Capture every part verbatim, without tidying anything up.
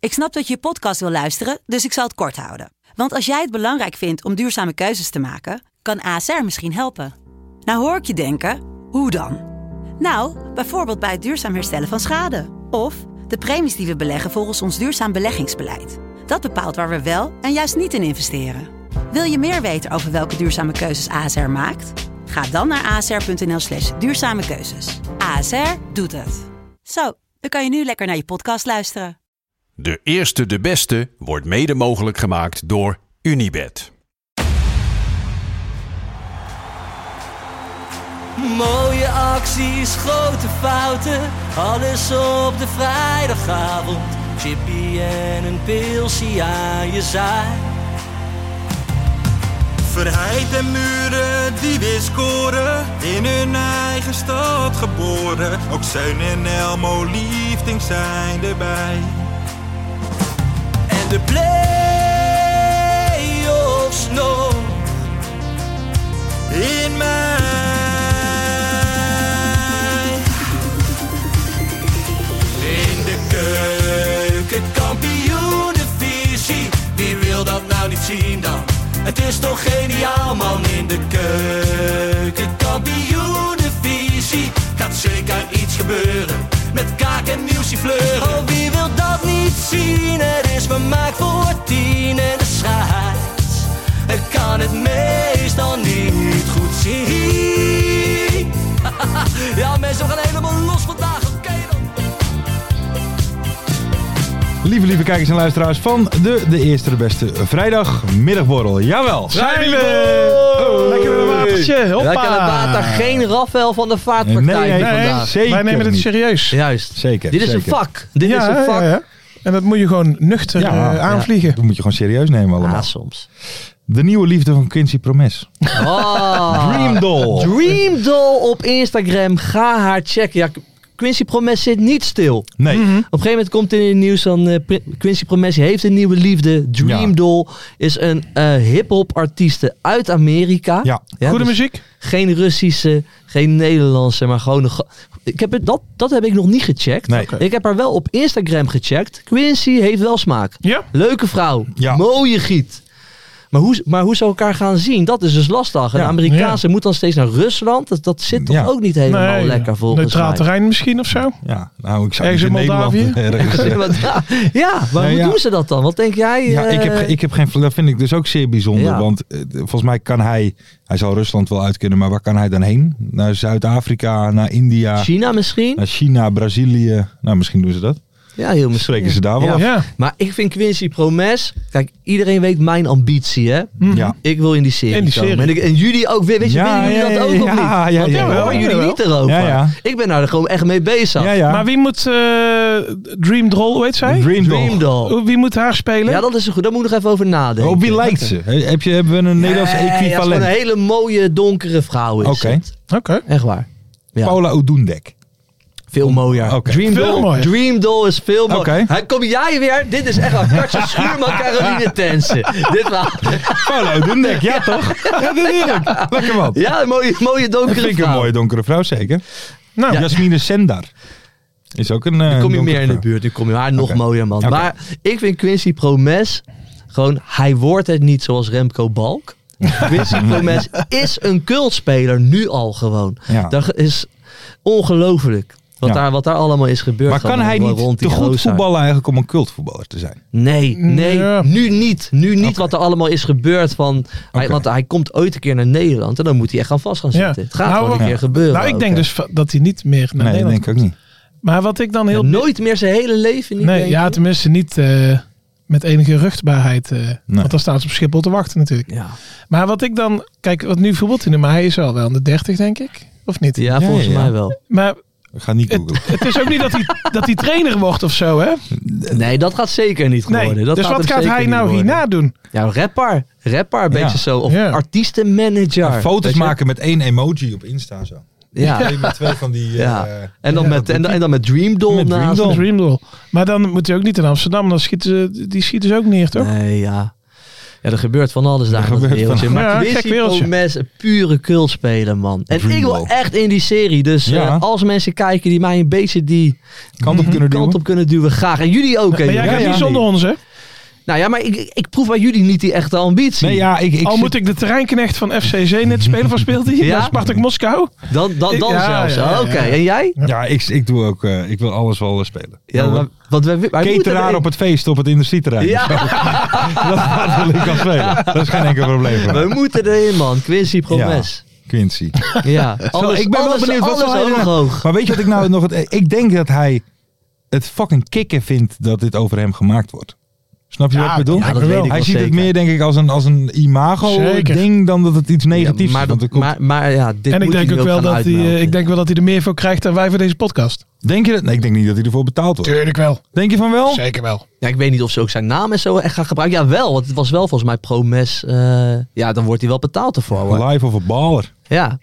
Ik snap dat je je podcast wil luisteren, dus ik zal het kort houden. Want als jij het belangrijk vindt om duurzame keuzes te maken, kan A S R misschien helpen. Nou hoor ik je denken, hoe dan? Nou, bijvoorbeeld bij het duurzaam herstellen van schade. Of de premies die we beleggen volgens ons duurzaam beleggingsbeleid. Dat bepaalt waar we wel en juist niet in investeren. Wil je meer weten over welke duurzame keuzes A S R maakt? Ga dan naar asr.nl slash duurzame keuzes. A S R doet het. Zo, dan kan je nu lekker naar je podcast luisteren. De eerste de beste wordt mede mogelijk gemaakt door Unibet. Mooie acties, grote fouten, alles op de vrijdagavond. Chippy en een pilsie aan je zaai. Verheid en Muren die weer scoren, in hun eigen stad geboren. Ook Zeun en Elmo Liefding zijn erbij. En de play-offs nog in mei. In de keuken, kampioenenvisie. Wie wil dat nou niet zien dan? Het is toch geniaal man, in de keuken, kampioenenvisie. Gaat zeker iets gebeuren, met kaak en nieuwsie fleuren. Oh, wie wil dat niet zien? Het is vermaakt voor tien en de scheids. Ik kan het meestal niet goed zien. Ja mensen, we gaan helemaal los vandaag, oké okay, dan. Lieve, lieve kijkers en luisteraars van de, de eerste de beste vrijdagmiddagborrel. Jawel, zijn we! Oh, lekker een watertje, hoppa! Lekker een water, geen Rafael van de vaartpartij nee, nee, vandaag. Zeker Wij nemen het niet. serieus. Juist. Zeker. Dit is zeker. een vak. Dit ja, is een vak. Ja, ja. En dat moet je gewoon nuchter Ja, uh, aanvliegen. Dat moet je gewoon serieus nemen allemaal. Ja, soms. De nieuwe liefde van Quincy Promes. Oh. Dream Doll. Dream Doll op Instagram. Ga haar checken. Ja, Quincy Promes zit niet stil. Nee. Op een gegeven moment komt in het nieuws van uh, Quincy Promes heeft een nieuwe liefde. Dream Ja. Doll is een uh, hip-hop artieste uit Amerika. Ja. Goede dus muziek. Geen Russische, geen Nederlandse, maar gewoon een... Go- ik heb het, dat, dat heb ik nog niet gecheckt. Nee. Ik heb haar wel op Instagram gecheckt. Quincy heeft wel smaak. Ja. Leuke vrouw. Ja. Mooie giet. Maar hoe, maar hoe ze elkaar gaan zien, dat is dus lastig. Een Ja. Amerikaanse moet dan steeds naar Rusland. Dat, dat zit toch Ja. ook niet helemaal Nee, lekker volgens neutraal mij. terrein misschien of zo. Ja, nou ik zou Ergens niet in Nederland Moldavië? ergens, eh, ja, maar Nee, hoe ja. doen ze dat dan? Wat denk jij? Ja, ik heb, eh, ik heb geen... Dat vind ik dus ook zeer bijzonder. Ja. Want eh, volgens mij kan hij... Hij zal Rusland wel uit kunnen, maar waar kan hij dan heen? Naar Zuid-Afrika, naar India, China misschien? naar China, Brazilië. Nou, misschien doen ze dat. Ja, heel misschien. Spreken ze daar wel Ja. af. Ja. Maar ik vind Quincy Promes... Kijk, iedereen weet mijn ambitie, hè? Ja. Ik wil in die serie In die komen. serie. En, ik, en jullie ook. Weet je, Ja, willen jullie ja, dat ook ja, of niet? ja, ja, Want ja, ik hoor ja, jullie jawel. niet erover. Ja, ja. Ik ben daar gewoon echt mee bezig. Ja, ja. Maar wie moet uh, Dream Doll, hoe heet zij? Dream Doll. Dream Doll. Wie moet haar spelen? Ja, dat is goed. Daar moet ik nog even over nadenken. Op wie lijkt ze? Heb je, hebben we een Nederlands Ja, ja, het is equivalent? gewoon een hele mooie donkere vrouw is Oké. het. Oké. Echt waar. Ja. Paula Oudundek. Veel mooier. Oké. Dream, Veel Doll, mooier. Dream Doll is veel mooier. Oké. Hij kom jij weer? Dit is echt een Katja Schuurman Caroline Tensen. Dit was... Paula Oudundek, ja toch? Ja, natuurlijk. Lekker man. Ja, een mooie, mooie Dat donkere vind ik een vrouw. mooie donkere vrouw, zeker. Nou, Ja. Jasmine Sendar. Is ook een. Dan uh, kom je meer in de buurt. Dan kom je haar nog Oké. mooier, man. Oké. Maar ik vind Quincy Promes gewoon... Hij wordt het niet zoals Remco Balk. Quincy Promes is een cultspeler. Nu al gewoon. Ja. Dat is ongelooflijk. Wat, Ja. daar, wat daar allemaal is gebeurd. Maar kan gewoon hij rond niet die te goed gozer. voetballen eigenlijk om een cultvoetballer te zijn? Nee, nee, Ja. nu niet. Nu niet Oké. wat er allemaal is gebeurd. Van, hij, Oké. want hij komt ooit een keer naar Nederland en dan moet hij echt gaan vast gaan Ja. zitten. Het gaat Nou, gewoon een ja. keer gebeuren. nou, ik ook, denk hè. dus va- dat hij niet meer naar Nee, dat Nederland denk ik ook niet. Maar wat ik dan heel... Ja, nooit meer zijn hele leven niet. nee, denk ja, je? tenminste niet uh, met enige ruchtbaarheid. Uh, Want dan staat ze op Schiphol te wachten natuurlijk. Ja. Maar wat ik dan... Kijk, wat nu voetbalt hij nu, maar hij is al wel aan de dertig, denk ik. Of niet? Ja, Ja, volgens ja, ja. mij wel. Maar We gaan niet googlen. het is ook niet dat hij, dat hij trainer wordt of zo, hè? Nee, dat gaat zeker niet Nee. worden. Dat Dus wat hem gaat zeker hij niet nou worden. hierna doen? Ja, rapper. Rapper, een beetje Ja. zo. Of Ja. artiestenmanager. En foto's Weet je? maken met één emoji op Insta zo. Ja. Twee met twee van die. Ja. eh, En dan, ja, met, dat en, doet en dan met Dream Doll Met Dream naast. Doll. Dream Doll. Maar dan moet hij ook niet in Amsterdam. Dan schieten ze, die schieten ze ook neer, toch? Nee, ja. Ja, er gebeurt van alles daar in dat wereldje. van- Maar Ja, Quincy gek wereldje. Promes, een pure cultspeler, man. En ik wil Dreamboat. echt in die serie. Dus Ja. uh, als mensen kijken die mij een beetje die Kant op kunnen duwen. kant op kunnen duwen, graag. En jullie ook, hè? Maar jij jongens. gaat ja, niet nee. zonder ons, hè? Nou ja, maar ik, ik proef bij jullie niet die echte ambitie. Nee, ja, ik, ik Al zit- moet ik de terreinknecht van F C Zenit spelen, van speelt hij? Ja? Bij Spartak Moskou? Dan, dan, dan Ja, zelfs. ja, ja, Oké, ja. en jij? ja, ik, ik doe ook... eh, ik wil alles wel eh, spelen. Ja, maar, want wij, wij moeten Cateraar er- op het feest op het industrieterrein. Ja. Dat wil ik kan spelen. Dat is geen enkel probleem. voor mij. We moeten erin, man. Quincy Promes. Quincy. Ja. Alles, ik ben wel alles, benieuwd wat alles zal hij hoog, nou- hoog. Maar weet je wat ik nou nog... Het, ik denk dat hij het fucking kicken vindt dat dit over hem gemaakt wordt. Snap je Ja, wat ik bedoel? ja, dat weet ik hij wel ziet het zeker. meer denk ik als een, als een Zeker. imago-ding dan dat het iets negatiefs Ja, maar, is. Want er komt- maar, maar ja, dit En ik moet denk hij ook nu wel gaan dat hij, uitmelken. eh, ik denk wel dat hij er meer voor krijgt dan wij voor deze podcast. Denk je dat? Nee, ik denk niet dat hij ervoor betaald wordt. Tuurlijk wel. Denk je van wel? Zeker wel. Ja, ik weet niet of ze ook zijn naam en zo echt gaan gebruiken. Ja, wel. Want het was wel volgens mij Promes. eh ja, dan wordt hij wel betaald ervoor, hoor. Live of een baller. Ja.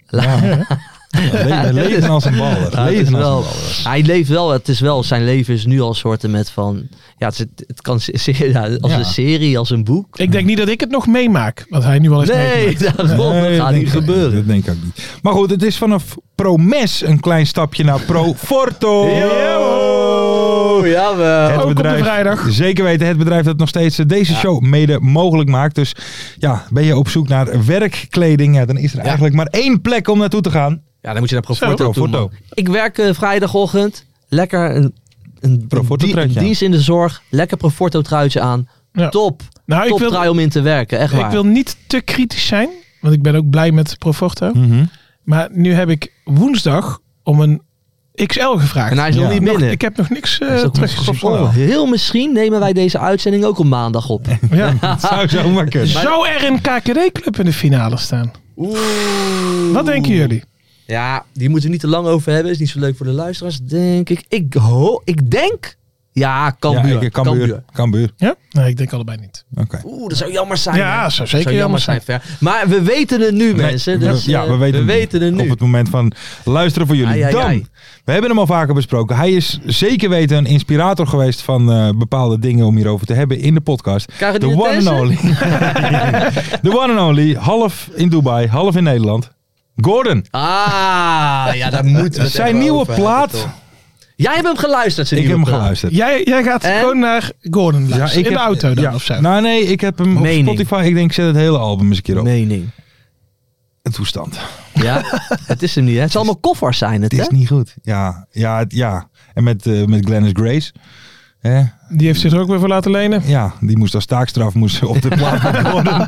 Le- leven als een baller. Ja, het is leven als wel, een baller. hij leeft wel, het is wel, zijn leven is nu al soorten met van, ja, het, is, het kan se- ja, als Ja. een serie, als een boek. Ik denk niet dat ik het nog meemaak, wat hij nu al heeft Nee, meegemaakt. daarom, Nee, dat gaat denk niet ik- gebeuren. Dat denk ik ook niet. Maar goed, het is vanaf Promes een klein stapje naar Proforto. Oh, jawel. Het Ook op de bedrijf, vrijdag. Zeker weten, het bedrijf dat nog steeds eh, deze show mede mogelijk maakt. Dus ja, ben je op zoek naar werkkleding, ja, dan is er eigenlijk maar één plek om naartoe te gaan. Ja, dan moet je naar Proforto Zo, toe, Proforto. man. Ik werk eh, vrijdagochtend, lekker een, een, Proforto een, truitje een dienst in de zorg, lekker Proforto truitje aan. Ja. Top. Nou, ik Top wil, trui om in te werken, echt waar. ik wil niet te kritisch zijn, want ik ben ook blij met Proforto. Mhm. Maar nu heb ik woensdag om een X L gevraagd. En hij is Ja. nog niet Nog- binnen. ik heb nog niks eh, Dat is ook teruggezien. Oh, heel misschien nemen wij deze uitzending ook op maandag op. Ja. Dat zou zomaar kunnen. Zou er een K K D-club in de finale staan? Oeh. Wat denken jullie? Ja, die moeten we niet te lang over hebben. Is niet zo leuk voor de luisteraars, denk ik. Ik, ho ik denk... Ja, Cambuur. Ja, ik, Cambuur. Cambuur. Ja? Nee, ik denk allebei niet. Oké. Oeh, dat zou jammer zijn. Ja, hè. dat zou zeker jammer jammer zijn. Ver. Maar we weten het nu, mensen. Nee, Dus, ja, eh, we weten, we weten het nu. Op het moment van luisteren voor jullie. Ai, ai, Dan, ai. we hebben hem al vaker besproken. Hij is zeker weten een inspirator geweest van eh, bepaalde dingen om hierover te hebben in de podcast. Krijgen The die one het and only. The one and only. Half in Dubai, half in Nederland. Gordon. Ah, ja, daar moeten we het Zijn even nieuwe over plaat. hebben, toch. Jij hebt hem geluisterd, zijn Ik heb nieuwe hem plaat. geluisterd. Jij, jij gaat En? gewoon naar Gordon luisteren. ik in de heb- auto dan ja, of zo. Nou nee, ik heb hem op Mening. Spotify. Ik denk, ik zet het hele album eens een keer op. Mening. Een toestand. Ja, het is hem niet, hè? Het zal allemaal koffers zijn, het, Het hè? is niet goed. Ja, ja, het- ja. En met, eh met Glennis Grace. Hè? Die heeft zich er ook weer voor laten lenen. Ja, die moest als taakstraf moest op de plaat worden.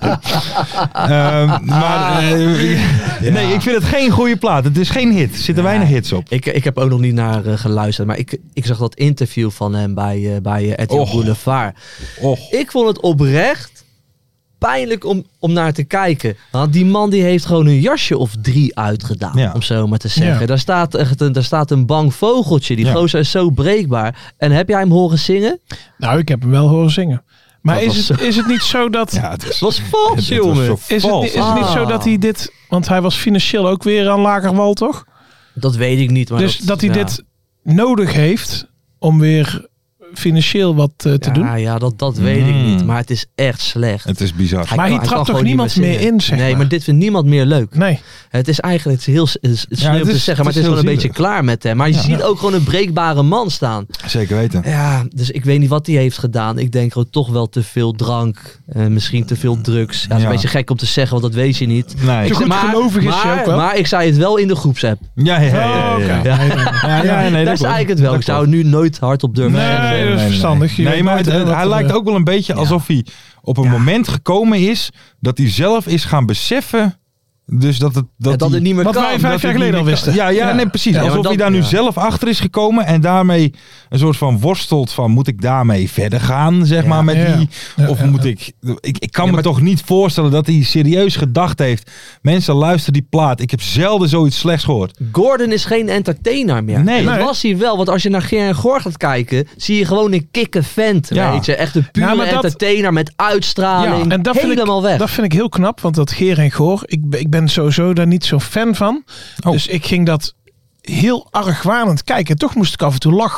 Ehm, maar eh, nee, ik vind het geen goede plaat. Het is geen hit. Er zitten weinig hits op. Ik, ik heb ook nog niet naar eh, geluisterd, maar ik, ik zag dat interview van hem bij, eh bij uh, R T L Och. Boulevard. Och. Ik vond het oprecht pijnlijk om, om naar te kijken. Want die man die heeft gewoon een jasje of drie uitgedaan, Ja. om zo maar te zeggen. Ja. Daar, staat echt een, daar staat een bang vogeltje. Die Ja. gozer is zo breekbaar. En heb jij hem horen zingen? Nou, ik heb hem wel horen zingen. Maar Dat is was het, zo- is het niet zo dat... Ja, het is, Het was vals, het was jongen. zo Is het, vals. niet- is het niet zo Ah. dat hij dit... Want hij was financieel ook weer aan lager wal, toch? Dat weet ik niet. Maar dus dat, hij ja. dit nodig heeft om weer financieel wat eh, te ja, doen. Ja, dat, dat weet ik Mm. niet. Maar het is echt slecht. Het is bizar. Hij Maar kan- hier hij trapt kan toch gewoon niemand niet meer zingen. in, zeg Nee, maar. maar dit vindt niemand meer leuk. Nee. Het is eigenlijk het is heel s- s- sneu het te is- zeggen, maar het het is is gewoon een heel beetje klaar met hem. Maar je Ja. ziet ook gewoon een breekbare man staan. Zeker weten. Ja, dus ik weet niet wat hij heeft gedaan. Ik denk gewoon toch wel te veel drank. eh, misschien te veel drugs. Ja, dat is Ja. een beetje gek om te zeggen, want dat weet je niet. Nee. Zo goed maar, gelovig is hij maar, ook wel. maar ik zei het wel in de groepsapp. Ja, ja, ja. ja, Oh, ja, oké. ja. Ja. Nee, nee, nee. Ja, ja, nee, dat is klopt. eigenlijk het wel. Dat Ik zou klopt. het nu nooit hardop durven Nee, zeggen. dat is verstandig. Je Nee, weet maar nooit, het- hè, wat hij er, lijkt eh, ook wel een beetje alsof hij op een moment gekomen is dat hij zelf is gaan beseffen. Dus dat het, dat Ja, dat hij- het niet meer Wat kan. wij dat vijf het jaar niet geleden al meer wisten. kan. Ja, ja, Ja. nee, precies. Ja, maar Alsof dat- hij daar nu ja. zelf achter is gekomen en daarmee een soort van worstelt van moet ik daarmee verder gaan, zeg Ja. maar, met Ja. die... Ja, Of ja, moet ja. ik... Ik, ik kan Ja, me maar- toch niet voorstellen dat hij serieus gedacht heeft. Mensen, luister die plaat. Ik heb zelden zoiets slechts gehoord. Gordon is geen entertainer meer. Nee. En dat Nee. was hij wel. Want als je naar Geer en Goor gaat kijken, zie je gewoon een kikke vent. Ja. Weet je, echt een pure Ja, maar dat- entertainer met uitstraling. En dat vind, helemaal ik, weg. dat vind ik heel knap, want dat Geer en Goor, ik, ben- ik ben sowieso daar niet zo'n fan van. Oh. Dus ik ging dat heel argwanend kijken. Toch moest ik af en toe lachen.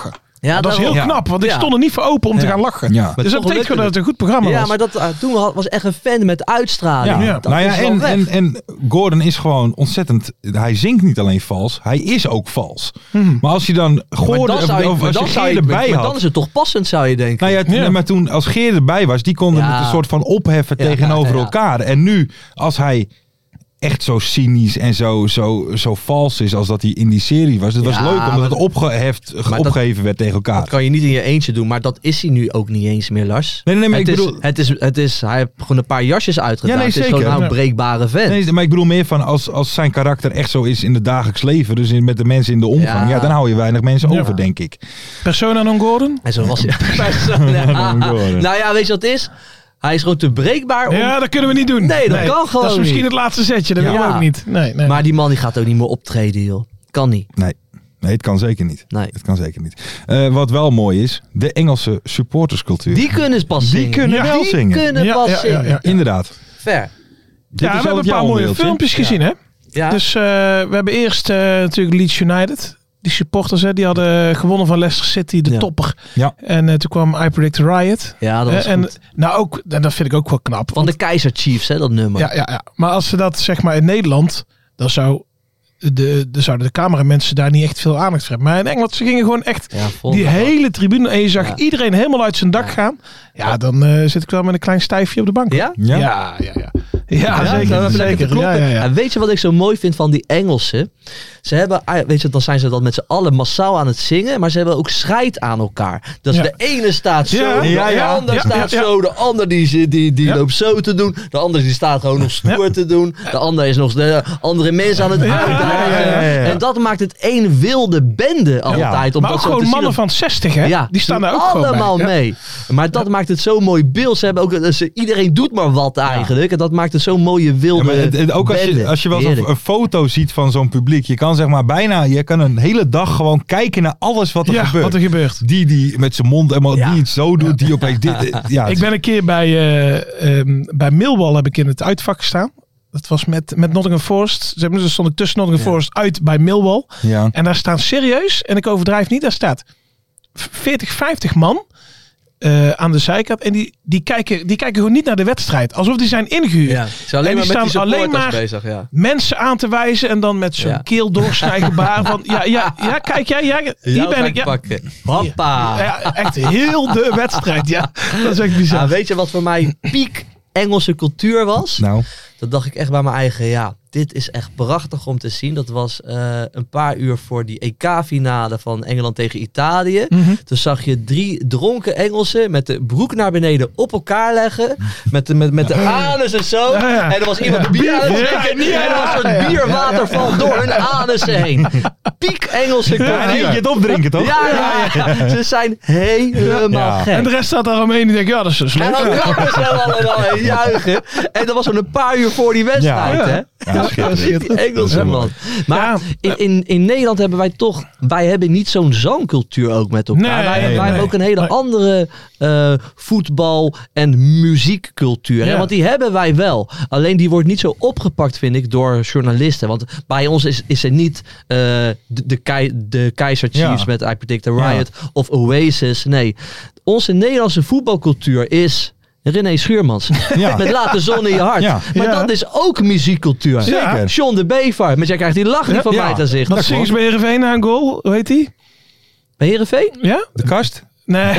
Ja, dat is heel Ja. knap, want ik Ja. stond er niet voor open om te Ja. gaan lachen. Ja. Dus dat betekent gewoon dat het een goed programma Ja, was. maar dat, uh, toen had- was echt een fan met uitstraling. Ja. Ja. Dat Nou ja, is wel en, weg. en, en Gordon is gewoon ontzettend... Hij zingt niet alleen vals, hij is ook vals. Hmm. Maar als je dan Maar Gordon... dan, zou je, of maar als dan, je zou Geer je, erbij maar had... dan is het toch passend, zou je denken. Nou ja, t- Ja. maar toen als Geer erbij was, die konden Ja. het een soort van opheffen Ja, tegenover ja. elkaar. En nu, als hij echt zo cynisch en zo, zo, zo vals is als dat hij in die serie was. Het was Ja, leuk omdat maar- het opgeheft, dat- opgeheven werd tegen elkaar. Dat kan je niet in je eentje doen, maar dat is hij nu ook niet eens meer, Lars. Nee, nee, maar het, ik is, bedoel- het, is, het is, hij heeft gewoon een paar jasjes uitgedaan. Ja, nee, het is zeker. gewoon een Ja. breekbare vent. Nee, maar ik bedoel meer van als, als zijn karakter echt zo is in het dagelijks leven. Dus in, met de mensen in de omgang. Ja. Ja. dan hou je weinig mensen Ja. over, denk ik. Persona non Gordon? En zo was hij. Ja. Gordon. Nou ja, weet je wat het is? Hij is gewoon te breekbaar. Om... Ja, dat kunnen we niet doen. Nee, dat kan gewoon Dat is misschien niet. het laatste setje, dat Ja. willen we ook niet. Nee, nee. Maar die man die gaat ook niet meer optreden, joh. Kan niet. Nee. Nee, het kan zeker niet. Nee. Het kan zeker niet. Eh, wat wel mooi is, de Engelse supporterscultuur. Die kunnen pas Die zingen. kunnen wel die zingen. kunnen Ja, pas ja, ja, zingen. ja. Inderdaad. Ver. Dit ja, is we wel hebben het een paar mooie jouwmailtje. filmpjes gezien, hè? Ja. Dus eh, we hebben eerst eh, natuurlijk Leeds United. Die supporters, hè, die hadden gewonnen van Leicester City, de Ja. topper. Ja. En eh, toen kwam I Predict a Riot. Ja, dat was Eh, en goed. nou ook, en dat vind ik ook wel knap. Van de Keizer Chiefs, hè, dat nummer. Ja, ja, ja. Maar als ze dat zeg maar in Nederland, dan zou de, de, zouden de cameramensen daar niet echt veel aandacht voor hebben. Maar in Engeland, ze gingen gewoon echt Ja, vol. die hele tribune en je zag Ja. iedereen helemaal uit zijn dak Ja. gaan. Ja, dan eh, zit ik wel met een klein stijfje op de bank. Ja? Ja? Ja, ja, ja. Ja, Ja, zeker. dat heb lekker te zeker. kloppen. Ja, ja, ja. En weet je wat ik zo mooi vind van die Engelsen? Ze hebben, ah, weet je, dan zijn ze dat met z'n allen massaal aan het zingen, maar ze hebben ook scheid aan elkaar. Dus Ja. de ene staat zo, Ja, de ja, ja. ander Ja, staat ja, ja. zo, de ander die, zit- die, die Ja. loopt zo te doen, de ander die staat gewoon nog stoer Ja. te doen, de ander is nog de andere mensen aan het Ja, uitdagen. ja, ja, ja. En dat maakt het één wilde bende altijd. Om Maar dat ook zo gewoon te zien mannen op- van zestig, hè? Ja, die staan doen daar ook gewoon allemaal bij. Ja. mee. Maar dat maakt het zo'n mooi beeld. Ze hebben ook, dus iedereen doet maar wat eigenlijk. En dat maakt het zo'n mooie wilde Ja, maar het- het- ook als je, bende. als je wel eens Heerlijk. een, een foto ziet van zo'n publiek. Je kan zeg maar bijna, je kan een hele dag gewoon kijken naar alles wat er Ja, gebeurt. wat er gebeurt. Die die met zijn mond helemaal, Ja. die het zo doet, die opeens dit. eh, Ja, Ik ben een keer bij, eh, ehm, bij Millwall heb ik in het uitvak gestaan. Dat was met, met Nottingham Forest. Ze hebben, dus stond ik tussen Nottingham Ja. Forest uit bij Millwall. ja. En daar staan serieus, en ik overdrijf niet, daar staat veertig, vijftig man eh, aan de zijkant. En die, die, kijken, die kijken gewoon niet naar de wedstrijd. Alsof die zijn ingehuurd. Ja, ze zijn alleen En maar die met die staan alleen supporters maar- bezig. Ja. Mensen aan te wijzen en dan met zo'n Ja. keeldoorsnijgebaar van... Ja, ja, ja, kijk jij, ja, hier Jou ben ga ik. Ja. pakken. Hoppa. Ja, echt heel de wedstrijd, ja. Dat is echt bizar. Ja, weet je wat voor mij piek Engelse cultuur was? Nou, Dat dacht ik echt bij mijn eigen, ja, dit is echt prachtig om te zien. Dat was eh, een paar uur voor die E K-finale van Engeland tegen Italië. Mhm. Toen zag je drie dronken Engelsen met de broek naar beneden op elkaar leggen. Met de, met, met de anus en zo. Ja, ja. En er was iemand Ja. bier aan het Ja, drinken. ja, En er was een ja, soort ja. bierwaterval door hun anussen heen. Piek Engelse en eentje cultuur. het opdrinken toch? Ja, ja, ja. Ze zijn helemaal Ja. gek. En de rest staat daar omheen en die denkt, ja, dat is dus En leuk. dan klappen ze allemaal juichen. En dat was zo'n een paar uur voor die wedstrijd, Ja. hè? Ja, schitterend. Die Engelse man. Maar Ja. in, in, in Nederland hebben wij toch... Wij hebben niet zo'n zangcultuur ook met elkaar. Nee, wij wij nee. hebben ook een hele Nee. andere eh, voetbal- en muziekcultuur. Hè? Ja. Want die hebben wij wel. Alleen die wordt niet zo opgepakt, vind ik, door journalisten. Want bij ons is, is er niet eh, de, de, kei, de Keizer Chiefs Ja. met I Predict a Riot of Oasis. Nee, onze Nederlandse voetbalcultuur is... René Schuurmans. Ja. Met Laat de zon in je hart. Ja. Maar Ja. dat is ook muziekcultuur. Zeker. John de Bevar. Maar jij krijgt die lach niet van Ja. mij te zicht. Wat zingen ze bij Heerenveen na een goal? Hoe heet die? Bij Heerenveen? Ja? De kast? Nee.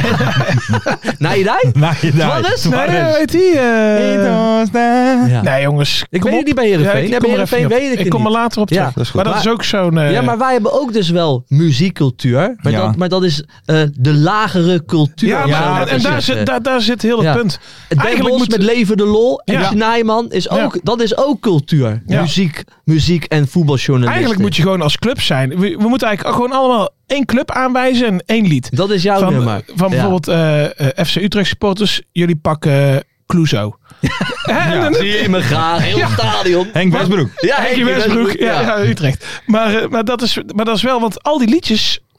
Naidij? Nee, nee. Wat is? Nee, hoe heet die? eh, Ja. Nee, jongens. Ik kom weet op. niet bij Heerenveen. ik Ja, kom bij er even Heerenveen niet op. weet ik Ik het kom er niet. later op Ja. terug. Dat is goed. Maar dat Maar- is ook zo'n... eh, Ja, maar wij hebben ook dus wel muziekcultuur. Maar, Ja. dat, maar dat is eh, de lagere cultuur. Ja, om maar, zo maar en, te en daar, zeggen. zit, daar, daar zit heel het Ja. punt. Het Ben Eigenlijk Bos moet- met Leven de Lol en Ja. Snijman is ook, Ja. dat is ook cultuur. Ja. Muziek, muziek en voetbaljournalisten. Eigenlijk moet je gewoon als club zijn. We, we moeten eigenlijk gewoon allemaal één club aanwijzen en één lied. Dat is jouw Van, nummer. van Ja. bijvoorbeeld eh, eh, F C Utrecht supporters. Jullie pakken uh, Clouseau. Hè, en dan- Zie je me graag, heel stadion. Henk Westbroek. Ja, Henkie Westbroek. Ja, ja, Utrecht. Maar, eh, maar, dat is, maar dat is wel, want al die liedjes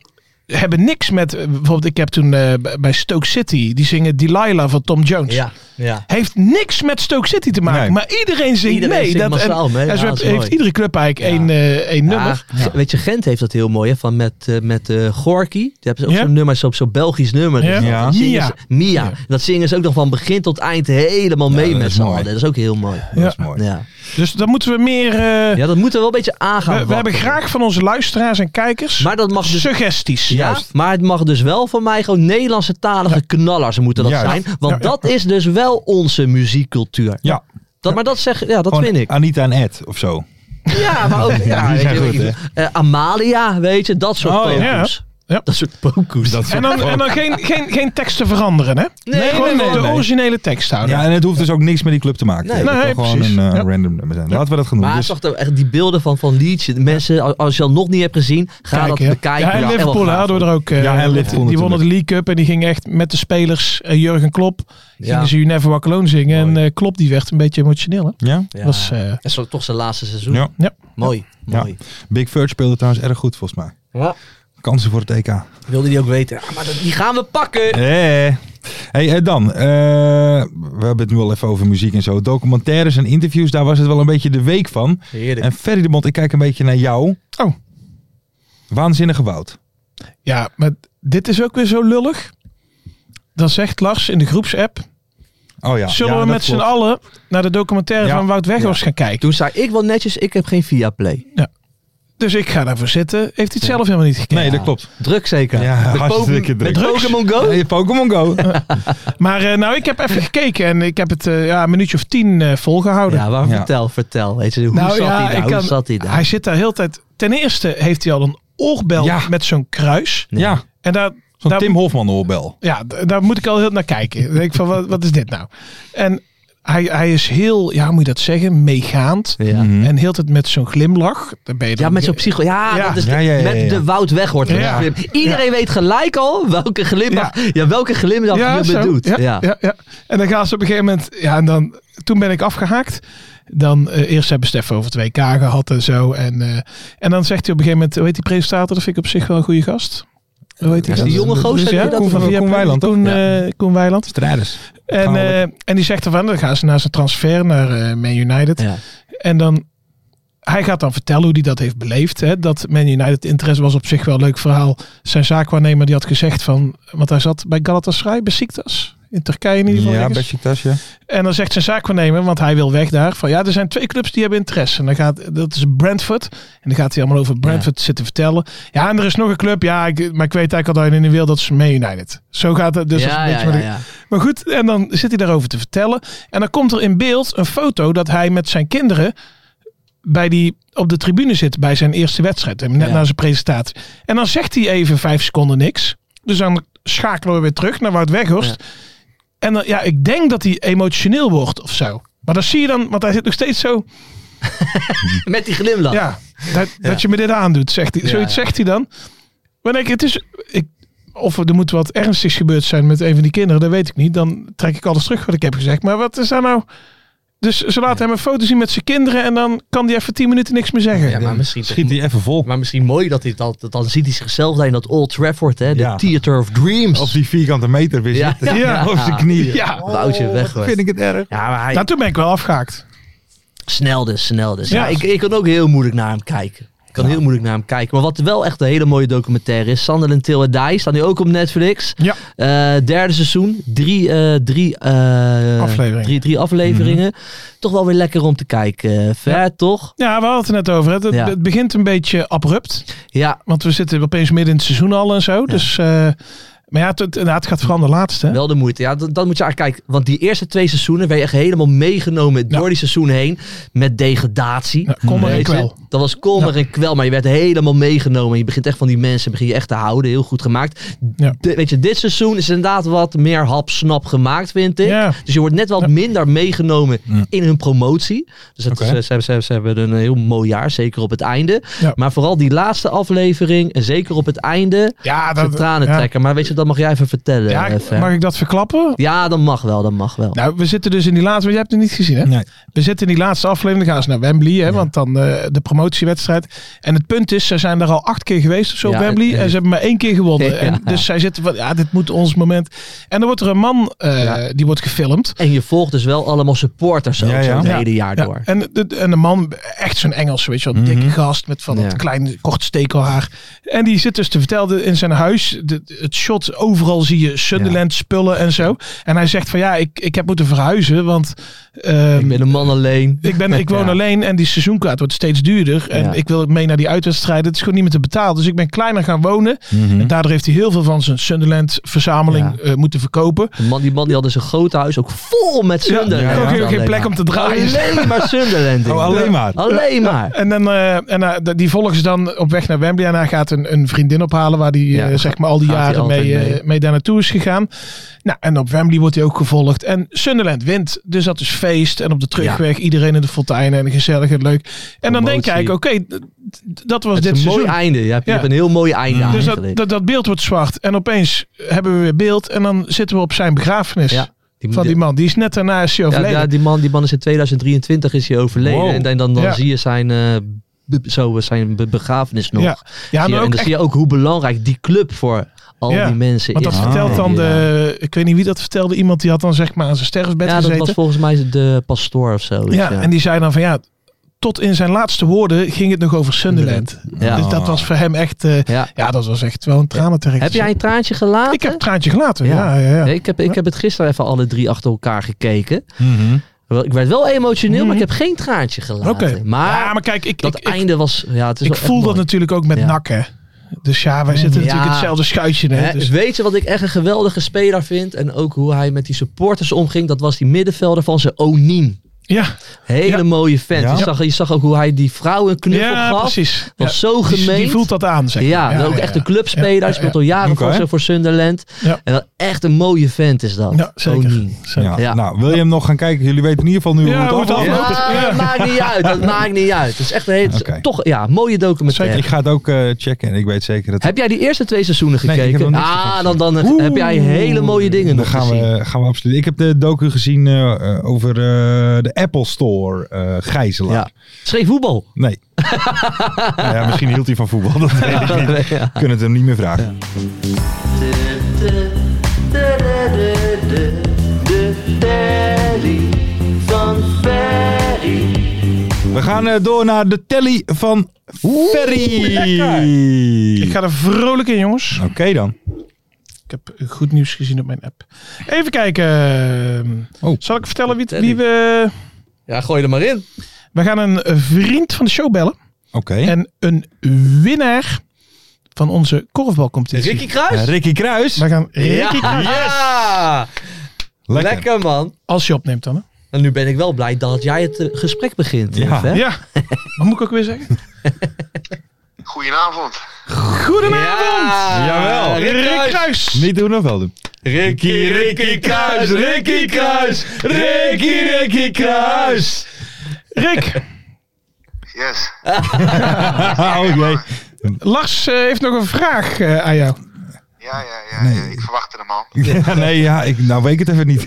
hebben niks met... uh, bijvoorbeeld, ik heb toen uh, bij Stoke City... die zingen Delilah van Tom Jones. Ja, ja. Heeft niks met Stoke City te maken. Nee. Maar iedereen zingt Iedereen mee. zingt dat, massaal en, mee. en zo Ja, heb- dat is heeft mooi. iedere club eigenlijk één, uh, één Ja, nummer. G- Weet je, Gent heeft dat heel mooi, hè? Van met, uh, met uh, Gorky. Die hebben ze ook Ja. zo'n nummer, zo'n zo Belgisch nummer. Ja. Dus Ja. dat zingen Mia. ze- Mia. Ja. Dat zingen ze ook nog van begin tot eind helemaal mee dat met is z'n mooi. allen. Dat is ook heel mooi. Dat Ja. is mooi. Ja, Dus dan moeten we meer... uh, ja dat moeten we wel een beetje aangaan. we, we hebben wakkeren. graag van onze luisteraars en kijkers... Maar dat mag dus... suggesties. Ja, maar het mag dus wel van mij gewoon Nederlandse talige knallers moeten dat Juist. zijn. Want Ja, ja. dat is dus wel onze muziekcultuur. Ja, Dat, maar dat, zeg, ja, dat gewoon vind ik. Anita en Ed of zo. Ja, maar ook ja, die weet zijn je, goed, weet je, eh, Amalia, weet je, dat soort Oh, pokoes. ja. Ja. Dat soort pokoes. Dat En dan, en dan geen, geen, geen teksten veranderen, hè? Nee, gewoon nee, nee, de nee. originele tekst houden. Ja, en het hoeft dus ook niks met die club te maken. Nee. Het kan Nee, gewoon precies. een uh, Ja. random nummer zijn. Laten we dat gaan doen. Maar Dus, toch toch echt die beelden van, van liedjes. De mensen, als- als je dat nog niet hebt gezien, ga Kijken, dat ja. bekijken. Ja, en Dat is echt Liverpool wel gaaf. hadden we er ook. uh, Ja, en Liverpool die wonnen de natuurlijk. League Cup en die ging echt met de spelers, uh, Jurgen Klopp, Ja. gingen ze You Never Walk Alone zingen. Mooi. En uh, Klopp die werd een beetje emotioneel, hè? ja? Ja. Was, uh, Dat is zo- toch zijn laatste seizoen. Ja. ja. Mooi, Ja. mooi. Big Furch speelde trouwens erg goed volgens mij. Ja. Kansen voor het E K. Wilde die ook weten. Ja, maar dat, die gaan we pakken. Eh. Hey, eh, dan. eh, we hebben het nu al even over muziek en zo. Documentaires en interviews, daar was het wel een beetje de week van. Heerlijk. En Ferry de Bond, ik kijk een beetje naar jou. Oh. Waanzinnige woud. Ja, maar dit is ook weer zo lullig. Dan zegt Lars in de groepsapp, Oh ja. zullen ja, we dat met z'n klopt. allen naar de documentaire Ja. van Wout Weghorst gaan kijken? Toen zei ik wel netjes, ik heb geen Viaplay. Dus ik ga daarvoor zitten. Heeft hij het zelf helemaal niet gekeken? Nee, dat klopt. Druk zeker. Ja, met hartstikke Pokémon- druk. Met Pokémon Go? Hey, Pokémon Go. Maar uh, nou, ik heb even gekeken en ik heb het uh, ja, een minuutje of tien uh, volgehouden. Ja, maar Ja. vertel, vertel. Weet je, hoe Nou zat ja, hij daar? ik Hoe kan- zat hij daar? Hij zit daar heel tijd... Ten eerste heeft hij al een oorbel Ja. met zo'n kruis. Nee. Ja, En daar, zo'n daar, Tim Hofman oorbel. ja, d- daar moet ik al heel naar kijken. Dan denk ik van, wat, wat is dit nou? En hij, hij is heel, ja, hoe moet je dat zeggen, meegaand. Ja. Mhm. En heel tijd met zo'n glimlach. Dan ben je Ja, dan- met zo'n psycho... Ja, Ja. dat is Ja, ja, ja, met ja. de Wout Weghorst. Ja. Iedereen weet gelijk al welke glimlach, ja. welke glimlach Ja, je zo. bedoelt. Ja, Ja. ja. Ja, En dan gaan ze op een gegeven moment... Ja, en dan... Toen ben ik afgehaakt. Dan uh, eerst hebben ze het even over twee K gehad en zo. En, uh, en dan zegt hij op een gegeven moment... Hoe heet die presentator? Dat vind ik op zich wel een goede gast. Hoe heet die Is gast? die jonge gozer Dus die ja, dat Koen, van doet? Via- Koen Weiland, toch? Koen, Ja. uh, Koen Weiland. Strijders. En, Gaan we uh, en die zegt ervan, dan gaan ze naar zijn transfer naar uh, Man United. Ja. En dan, hij gaat dan vertellen hoe hij dat heeft beleefd. Hè? Dat Man United interesse was op zich wel een leuk verhaal. Zijn zaakwaarnemer die had gezegd van, want hij zat bij Galatasaray, Besiktas. In Turkije in ieder geval. Ja, ergens. Besiktas, ja. En dan zegt zijn zaakwaarnemer, want hij wil weg daar, van ja, er zijn twee clubs die hebben interesse. En dan gaat, dat is Brentford. En dan gaat hij allemaal over Brentford zitten vertellen. Ja, en er is nog een club, ja, ik, maar ik weet eigenlijk al dat je niet wil, dat is Man United. Zo gaat het dus. Ja, een ja, beetje ja, met- ja. Maar goed, en dan zit hij daarover te vertellen. En dan komt er in beeld een foto dat hij met zijn kinderen bij die, op de tribune zit bij zijn eerste wedstrijd. Net Ja. na zijn presentatie. En dan zegt hij even vijf seconden niks. Dus dan schakelen we weer terug naar Wout Weghorst. En dan, ja, ik denk dat hij emotioneel wordt of zo. Maar dan zie je dan, want hij zit nog steeds zo... Met die glimlach. Ja, dat, dat je me dit aandoet, zegt hij. Ja, Zoiets ja. zegt hij dan. Maar denk ik, het is... Ik, of er moet wat ernstigs gebeurd zijn met een van die kinderen, dat weet ik niet. Dan trek ik alles terug wat ik heb gezegd. Maar wat is daar nou... Dus ze laten hem een foto zien met zijn kinderen en dan kan hij even tien minuten niks meer zeggen. Ja, maar misschien, Schiet hij even vol. maar misschien mooi dat hij dat, dan ziet hij zichzelf daar in dat Old Trafford, hè, de Ja. Theater of Dreams. Op die vierkante meter weer Ja. zitten. Ja. Op zijn knieën. Ja. Woutje Weghorst. Vind ik het erg. Ja, maar hij, Nou, toen ben ik wel afgehaakt. snel dus, snel dus. Ja, Ja. ik, ik kan ook heel moeilijk naar hem kijken. Ik kan heel moeilijk naar hem kijken. Maar wat wel echt een hele mooie documentaire is. Sunderland Till I Die. Staat nu ook op Netflix. Ja. Eh, derde seizoen. Drie, eh, drie, eh, Afleveringen. drie, drie afleveringen. Toch wel weer lekker om te kijken. Ver, toch? Ja, we hadden het er net over. Het, het, Ja. het begint een beetje abrupt. Ja, Want we zitten opeens midden in het seizoen al en zo. Dus, uh, maar ja, het, het, nou, het gaat vooral de laatste. Hè? wel de moeite. Ja, dat, dat moet je eigenlijk kijken. Want die eerste twee seizoenen werd je echt helemaal meegenomen Ja. door die seizoenen heen. Met degradatie. Ja, kommer en Weet je? kwel. Dat was kommer Ja. en kwel. Maar je werd helemaal meegenomen. Je begint echt van die mensen begin je echt te houden. Heel goed gemaakt. Ja. De- weet je, dit seizoen is inderdaad wat meer hap-snap gemaakt, vind ik. Ja. Dus je wordt net wat Ja. minder meegenomen Ja. in hun promotie. Dus dat Oké. is, eh, ze, hebben- ze, ze hebben een heel mooi jaar. Zeker op het einde. Ja. Maar vooral die laatste aflevering. En zeker op het einde. Ja, Dat, dat, tranen ja. trekken. Maar weet je, dat mag jij even vertellen. Ja, uh, Fer. mag ik dat verklappen? Ja, dat mag wel, dat mag wel. Nou, we zitten dus in die laatste... Maar jij hebt het niet gezien, hè? Nee. We zitten in die laatste aflevering. Dan gaan ze naar Wembley, hè? Ja. Want dan uh, de promotiewedstrijd. En het punt is, ze zijn er al acht keer geweest of zo op Ja, Wembley. het- En ze hebben maar één keer gewonnen. Ja. En dus zij zitten van, ja, dit moet ons moment. En dan wordt er een man, uh, Ja. die wordt gefilmd. En je volgt dus wel allemaal supporters ook Ja, ja. zo het Ja. hele jaar Ja. door. En, de, en de man, echt zo'n Engels, weet je wel, Mhm. dikke gast met van Ja. dat klein kort stekelhaar. En die zit dus te vertellen in zijn huis, de, het shot, overal zie je Sunderland spullen en zo. En hij zegt van ja, ik, ik heb moeten verhuizen, want um, Ik ben een man alleen. ik, ben, ik woon Ja. alleen en die seizoenkaart wordt steeds duurder. En Ja. ik wil mee naar die uitwedstrijden. Het is gewoon niet meer te betalen. Dus ik ben kleiner gaan wonen. Mhm. En daardoor heeft hij heel veel van zijn Sunderland verzameling Ja. uh, moeten verkopen. De man, die man die had dus een groot huis ook vol met Sunderland. ja, ja. Ook geen Alleen plek maar. om te draaien. Alleen maar Sunderland. Oh, alleen maar. Alleen maar. En, dan, uh, en uh, die volgen ze dan op weg naar Wembley. En hij gaat een, een vriendin ophalen waar hij Ja, uh, zeg maar al die gaat hij jaren altijd mee, uh, mee. mee daar naartoe is gegaan. Nou, en op Wembley wordt hij ook gevolgd. En Sunderland wint. Dus dat is feest. En op de terugweg iedereen in de fonteinen. En gezellig en leuk. En dan denk Promotie. ik, oké, d- d- dat was Het dit is een mooi seizoen. einde. Je hebt, je Ja. hebt een heel mooi einde Mm. Dus dat, eigenlijk. dat, dat beeld wordt zwart. En opeens hebben we weer beeld. En dan zitten we op zijn begrafenis. Ja. Die, Van die man. Die is net daarna is hij ja, overleden. ja, die man, die man is in tweeduizend drieëntwintig is hij overleden. Wow. En dan, dan, dan Ja. zie je zijn, uh, be- zo, zijn be- begrafenis nog. Ja. Ja, Zie je- maar en ook dan echt, zie je ook hoe belangrijk die club voor al Ja, die mensen want is. dat Ah, vertelt dan ja. de... Ik weet niet wie dat vertelde. Iemand die had dan zeg maar aan zijn sterfbed Ja, dat gezeten. was volgens mij de pastoor of zo. ja, en die zei dan van ja... Tot in zijn laatste woorden ging het nog over Sunderland. Ja. Dus dat was voor hem echt... uh, Ja. ja, dat was echt wel een tranentrekker. Heb jij een traantje gelaten? Ik heb een traantje gelaten. Ja. Ja, ja, ja. Nee, ik, heb, ik heb het gisteren even alle drie achter elkaar gekeken. Mhm. Wel, Ik werd wel emotioneel, Mhm. maar ik heb geen traantje gelaten. Oké. Maar, Ja, maar kijk, ik, dat ik, ik, einde was... Ja, het is ik wel echt voel dat mooi. natuurlijk ook met Ja. N A C, hè. Dus ja, wij zitten Ja. natuurlijk in hetzelfde schuitje. Hè? Hè, Dus, Weet je wat ik echt een geweldige speler vind? En ook hoe hij met die supporters omging. Dat was die middenvelder van zijn Onin. ja, Hele Ja. mooie vent. Ja. Je, zag, je zag ook hoe hij die vrouw een knuffel ja gaf. precies. Was Ja, zo die, gemeen. die voelt dat aan, zeg maar. Ja, ook ja, echt ja. een clubspeler. Ja, Hij ja, speelt ja. al jaren Oké. voor, zo voor Sunderland. Ja. En dat echt een mooie vent is dat. Ja, zeker. Onin. Ja. Ja. Nou, wil je hem nog gaan kijken? Jullie weten in ieder geval nu Ja, hoe hoe het het afloopt. afloopt. Ja, Ja. dat maakt niet uit. Dat maakt niet uit. Het is echt een hele, Oké. toch, ja, mooie documentaire. Ik ga het ook eh, checken en ik weet zeker dat... Heb jij die eerste twee seizoenen Nee, ik heb gekeken? nog niks ah, ervan dan, dan Oeh. heb jij hele mooie dingen Dan nog gaan gezien. we, gaan we absoluut. Ik heb de docu gezien eh, eh, over eh, de Apple Store eh gijzelaar. Ja. Schreef voetbal. Nee. Nou ja, misschien hield hij van voetbal. Dat weet ik niet. Ja. We kunnen het hem niet meer vragen. We gaan eh, door naar de telly van Ferry. Ik ga er vrolijk in, jongens. Oké dan. Ik heb goed nieuws gezien op mijn app. Even kijken. Oh. Zal ik vertellen wie, wie we... Ja, gooi er maar in. We gaan een vriend van de show bellen. Oké. En een winnaar van onze korfbalcompetitie. Ricky Kruis. Eh, Ricky Kruis. We gaan Ricky Ja. Kruis. Ja. Lekker. Lekker man. Als je opneemt dan, hè? En nu ben ik wel blij dat jij het eh, gesprek begint. Ja. Hè? Ja. Wat moet ik ook weer zeggen? Goedenavond. Goedenavond. Ja. Jawel. Rick Rick Kruis. Kruis. Niet doen of wel doen. Ricky, Ricky Kruis. Ricky Kruis. Ricky, Ricky Kruis. Rick, Yes. Oh jee. Lars eh, heeft nog een vraag eh, aan jou. Ja, ja, ja. Nee. ja, ik verwachtte hem al. Ja, nee, ja, ik, nou weet ik het even niet.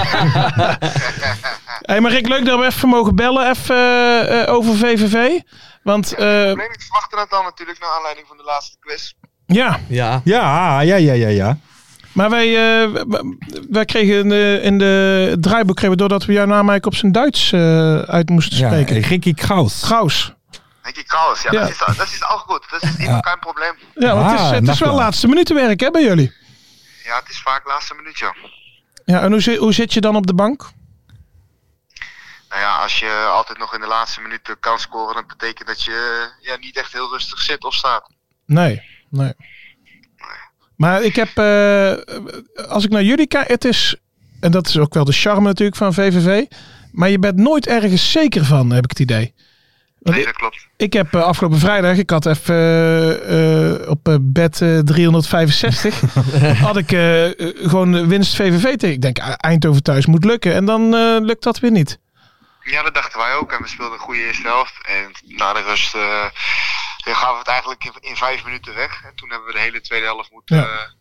Hey, maar Rick, leuk dat we even mogen bellen even, eh, eh, over V V V. Want eh, Probleem, ik verwachtte dat dan natuurlijk naar aanleiding van de laatste quiz. ja, Ja. Ja, ja, ja, ja, ja. maar wij, eh, w- wij kregen in de, in de het draaiboek, kregen we doordat we jouw naam eigenlijk op zijn Duits eh, uit moesten Ja, spreken. Ricky Kraus. Gauws. Denk ik trouwens, ja, Ja. Dat, is, al- dat is al goed. Dat is helemaal geen probleem. Ja, want het is, Ah, het is wel nachtwacht. laatste minutenwerk hè, bij jullie. Ja, het is vaak laatste minuutje. Ja, en hoe, zi- hoe zit je dan op de bank? Nou ja, als je altijd nog in de laatste minuten kan scoren, dan betekent dat je ja, niet echt heel rustig zit of staat. Nee, nee. Maar ik heb, eh, als ik naar jullie kijk, het is, en dat is ook wel de charme natuurlijk van V V V, maar je bent nooit ergens zeker van, heb ik het idee. Want Nee, ik, dat klopt. ik heb uh, afgelopen vrijdag, ik had even uh, uh, op uh, bed uh, driehonderdvijfenzestig, had ik uh, uh, gewoon winst V V V tegen. Ik denk, uh, Eindhoven thuis moet lukken en dan uh, lukt dat weer niet. Ja, dat dachten wij ook. En we speelden een goede eerste helft. En na de rust uh, gaven we het eigenlijk in, in vijf minuten weg. En toen hebben we de hele tweede helft moeten, Ja. uh,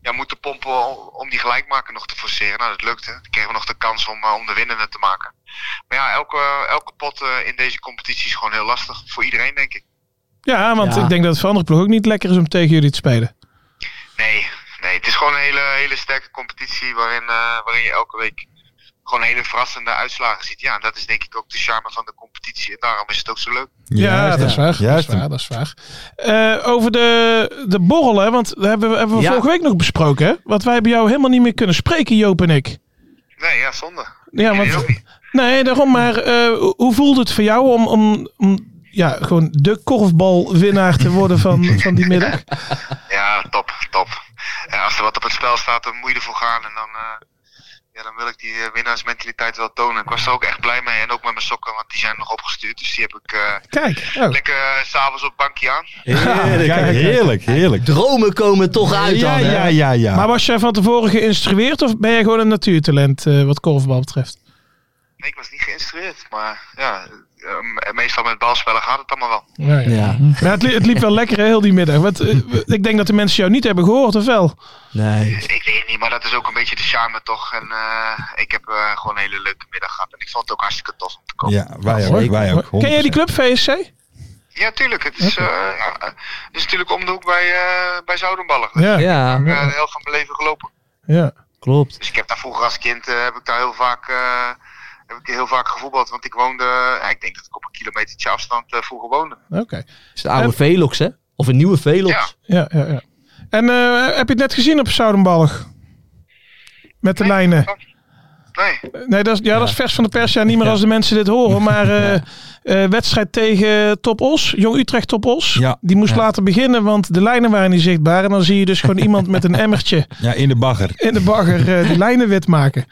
ja, moeten pompen om, om die gelijkmaker nog te forceren. Nou, dat lukte. Dan kregen we nog de kans om, uh, om de winnende te maken. Maar ja, elke, elke pot uh, in deze competitie is gewoon heel lastig. Voor iedereen, denk ik. Ja, want Ja. ik denk dat het voor andere ploeg ook niet lekker is om tegen jullie te spelen. Nee, nee, het is gewoon een hele, hele sterke competitie waarin, uh, waarin je elke week gewoon hele verrassende uitslagen ziet. Ja, en dat is denk ik ook de charme van de competitie. En daarom is het ook zo leuk. Ja, Juist, dat is waar. Juist. Dat is waar, dat is waar. Uh, over de, de borrel, hè, want dat hebben we, hebben we Ja. vorige week nog besproken. Hè? Want wij hebben jou helemaal niet meer kunnen spreken, Joop en ik. Nee, ja, zonde. Ja, Jullie ook want, niet. nee, daarom maar. Uh, hoe voelt het voor jou om, om, om ja, gewoon de korfbalwinnaar te worden van, van die middag? Ja, top, top. Ja, als er wat op het spel staat, dan moet je ervoor gaan. En dan, uh, ja, dan wil ik die uh, winnaarsmentaliteit wel tonen. Ik was er ook echt blij mee. En ook met mijn sokken, want die zijn nog opgestuurd. Dus die heb ik uh, Kijk, oh. lekker uh, s'avonds op het bankje aan. Heerlijk. Kijk, heerlijk, heerlijk. Dromen komen toch uit Ja, dan, hè? ja, ja, ja. Maar was jij van tevoren geïnstrueerd of ben jij gewoon een natuurtalent uh, wat korfbal betreft? Nee, ik was niet geïnstrueerd. Maar ja, uh, meestal met balspellen gaat het allemaal wel. Ja, ja. Ja. Maar het, li- het liep wel lekker hè, heel die middag. Want, uh, ik denk dat de mensen jou niet hebben gehoord, of wel? Nee. Ik weet het niet, maar dat is ook een beetje de charme toch. En uh, ik heb uh, gewoon een hele leuke middag gehad. En ik vond het ook hartstikke tof om te komen. Ja, wij ook, wij ook. Ken jij die club V S C? Ja, tuurlijk. Het is, uh, ja, het is natuurlijk om de hoek bij, uh, bij Zoudenballen. Dus Ja, Ja, ik heb uh, de helft van mijn leven gelopen. ja. klopt. Dus ik heb daar vroeger als kind uh, heb ik daar heel vaak, uh, heb ik heel vaak gevoetbald. Want ik woonde, uh, ik denk dat ik op een kilometertje afstand uh, vroeger woonde. Oké. Okay. Is de oude Velox, hè? Of een nieuwe Velox. Ja. Ja, ja, ja. En uh, heb je het net gezien op Zoudenballig? Met de Nee. lijnen. Nee. Nee, dat is, ja, dat is vers van de pers. Ja, niet meer als de mensen dit horen. Maar uh, uh, wedstrijd tegen Top Os. Jong Utrecht Top Os. Ja. Die moest Ja. laten beginnen, want de lijnen waren niet zichtbaar. En dan zie je dus gewoon iemand met een emmertje Ja, in de bagger. in de bagger uh, die lijnen wit maken.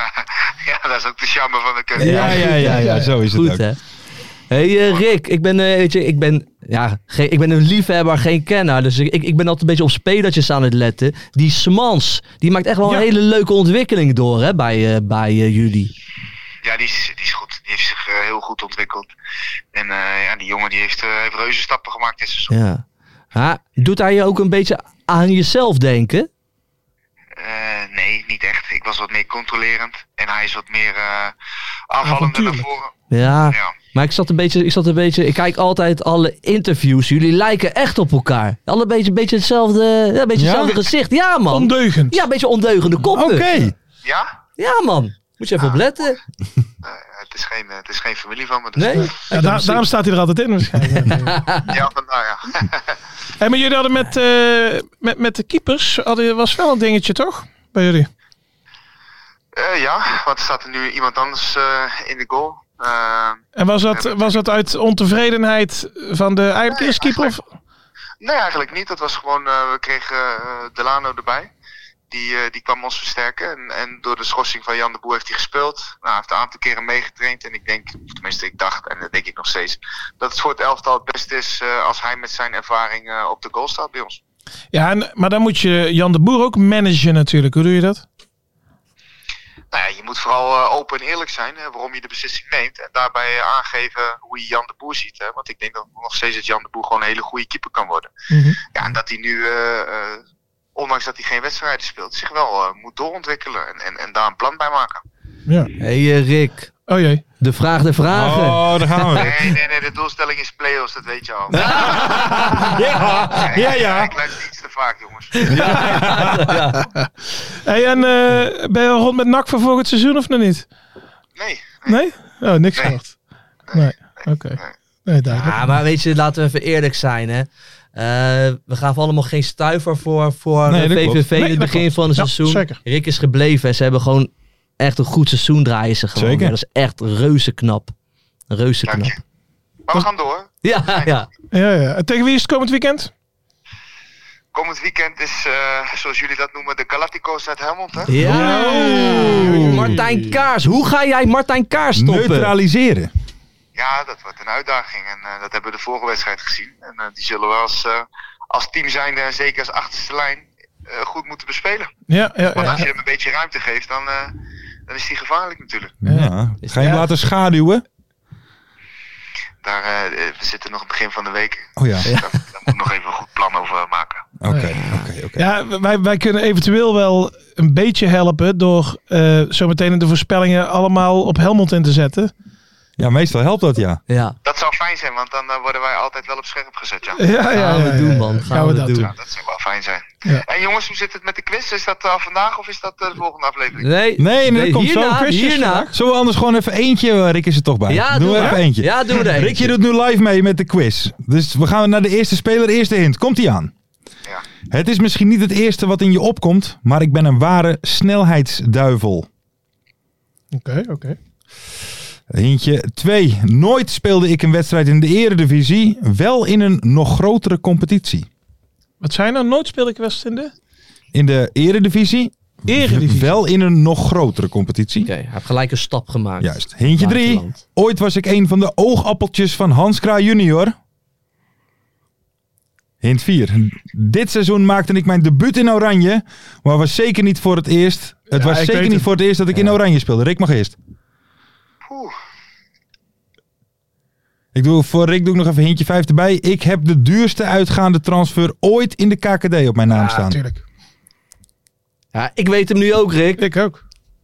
Ja, dat is ook de charme van de keuze. Ja, ja, ja, ja, zo is het Goed, ook. hè? Hey uh, Rick, ik ben, uh, weet je, ik ben, ja, geen, ik ben een liefhebber, geen kenner. Dus ik, ik ben altijd een beetje op spelertjes aan het letten. Die Smans, die maakt echt wel Ja. een hele leuke ontwikkeling door, hè, bij, uh, bij uh, jullie. Ja, die is, die is goed. Die heeft zich uh, heel goed ontwikkeld. En uh, ja, die jongen die heeft, uh, heeft reuze stappen gemaakt dit seizoen. Ja. Ha, doet hij je ook een beetje aan jezelf denken? Uh, nee, niet echt. Ik was wat meer controlerend. En hij is wat meer uh, aanvallender naar Avontuurlijk. voren. Ja, Ja. maar ik zat een beetje, ik zat een beetje, ik kijk altijd alle interviews. Jullie lijken echt op elkaar. Alle een beetje, een beetje hetzelfde, ja, een beetje Ja? hetzelfde gezicht. Ja, man. Ondeugend. Ja, een beetje ondeugende koppen. Oké. Ja? Ja, man. Moet je even opletten. Uh, het, is geen, uh, het is geen familie van me. Dus Nee? Ja, daar- daarom staat hij er altijd in waarschijnlijk. Ja, vandaar ja. Hey, maar jullie hadden met, uh, met, met de keepers, hadden, was wel een dingetje toch? Bij jullie? Uh, ja, want er staat er nu iemand anders uh, in de goal. Uh, En was dat, was dat uit ontevredenheid van de eigenlijk Nee, eerste keeper? Of? nee, eigenlijk niet. Dat was gewoon, uh, we kregen uh, Delano erbij. Die, uh, die kwam ons versterken. En, en door de schorsing van Jan de Boer heeft hij gespeeld. Nou, hij heeft een aantal keren meegetraind. En ik denk, of tenminste ik dacht, en dat denk ik nog steeds, dat het voor het elftal het beste is uh, als hij met zijn ervaring uh, op de goal staat bij ons. Ja, en, maar dan moet je Jan de Boer ook managen natuurlijk. Hoe doe je dat? Nou ja, je moet vooral uh, open en eerlijk zijn hè, waarom je de beslissing neemt. En daarbij uh, aangeven hoe je Jan de Boer ziet. Hè. Want ik denk dat nog steeds dat Jan de Boer gewoon een hele goede keeper kan worden. Mm-hmm. Ja, en dat hij nu, uh, uh, ondanks dat hij geen wedstrijden speelt, zich wel uh, moet doorontwikkelen. En, en, en daar een plan bij maken. Ja. Hey uh, Rick, Oh jee. de vraag der vragen. Oh, daar gaan we. Nee, nee, nee, de doelstelling is play-offs, dat weet je al. Ja, ja, ja. Ik luister iets te vaak, jongens. Hey, en uh, ben je al rond met N A C voor volgend seizoen of nog niet? Nee. Nee? Oh, niks Nee. gehoord. Nee, oké. Nee. Nee, duidelijk. Ja, maar weet je, laten we even eerlijk zijn, hè. Uh, we gaven allemaal geen stuiver voor, voor Nee, dat V klopt. V V in Nee, het dat begin klopt. van het Ja, seizoen. zeker. Rick is gebleven. Ze hebben gewoon echt een goed seizoen draaien ze gewoon. Zeker. Ja, dat is echt reuze knap. Reuze Dank knap. je. Maar we gaan door. Ja, ja. Ja, ja. En tegen wie is het komend weekend? Komend weekend is, uh, zoals jullie dat noemen, de Galacticos uit Helmond, hè? Ja. Oh. Martijn Kaars. Hoe ga jij Martijn Kaars stoppen? Neutraliseren. Ja, dat wordt een uitdaging. En uh, dat hebben we de vorige wedstrijd gezien. En uh, die zullen we als, uh, als team zijnde en zeker als achterste lijn uh, goed moeten bespelen. Ja, ja, Want als ja. je hem een beetje ruimte geeft, dan, uh, dan is hij gevaarlijk natuurlijk. Ja. Ga je hem Ja. laten schaduwen? Daar, uh, we zitten nog in het begin van de week. Oh ja. Dus daar, daar moet ik nog even een goed plan over maken. Oké, oké, oké. Ja, wij, wij kunnen eventueel wel een beetje helpen door uh, zometeen in de voorspellingen allemaal op Helmond in te zetten. Ja, meestal helpt dat, ja. Ja. Dat zou fijn zijn, want dan uh, worden wij altijd wel op scherp gezet, ja. Ja, ja, ja. Gaan we ja, doen, ja. man. Gaan, Gaan we we, dat doen. doen. Ja, dat zou wel fijn zijn. Ja. En jongens, hoe zit het met de quiz? Is dat uh, vandaag of is dat uh, de volgende aflevering? Nee, Nee, nee, dat komt zo. hierna, Quizjes hierna. vandaag. Zullen we anders gewoon even eentje? Rick is er toch bij. Ja, Doen doe we maar. even eentje. Ja, doen we er eentje. Rick, je doet nu live mee met de quiz. Dus we gaan naar de eerste speler. Eerste hint. Komt-ie aan. Ja. Het is misschien niet het eerste wat in je opkomt, maar ik ben een ware snelheidsduivel. Oké, oké. Hintje twee. Nooit speelde ik een wedstrijd in de eredivisie, wel in een nog grotere competitie. Wat zijn er? Nooit speelde ik West in de... In de eredivisie, Eredivisie. wel in een nog grotere competitie. Oké, hij heeft gelijk een stap gemaakt. Juist. Hintje drie. Buitenland. Ooit was ik een van de oogappeltjes van Hans Kraaij junior. Hint vier. Dit seizoen maakte ik mijn debuut in Oranje, maar was zeker niet voor het eerst. Het Ja, was ik zeker weet niet het. voor het eerst dat ik in Oranje speelde. Rick mag eerst. Oeh. Ik doe, voor Rick doe ik nog even hintje vijf erbij. Ik heb de duurste uitgaande transfer ooit in de K K D op mijn naam Ja, staan. natuurlijk. Ja, ik weet hem nu ook, Rick. Ik ook.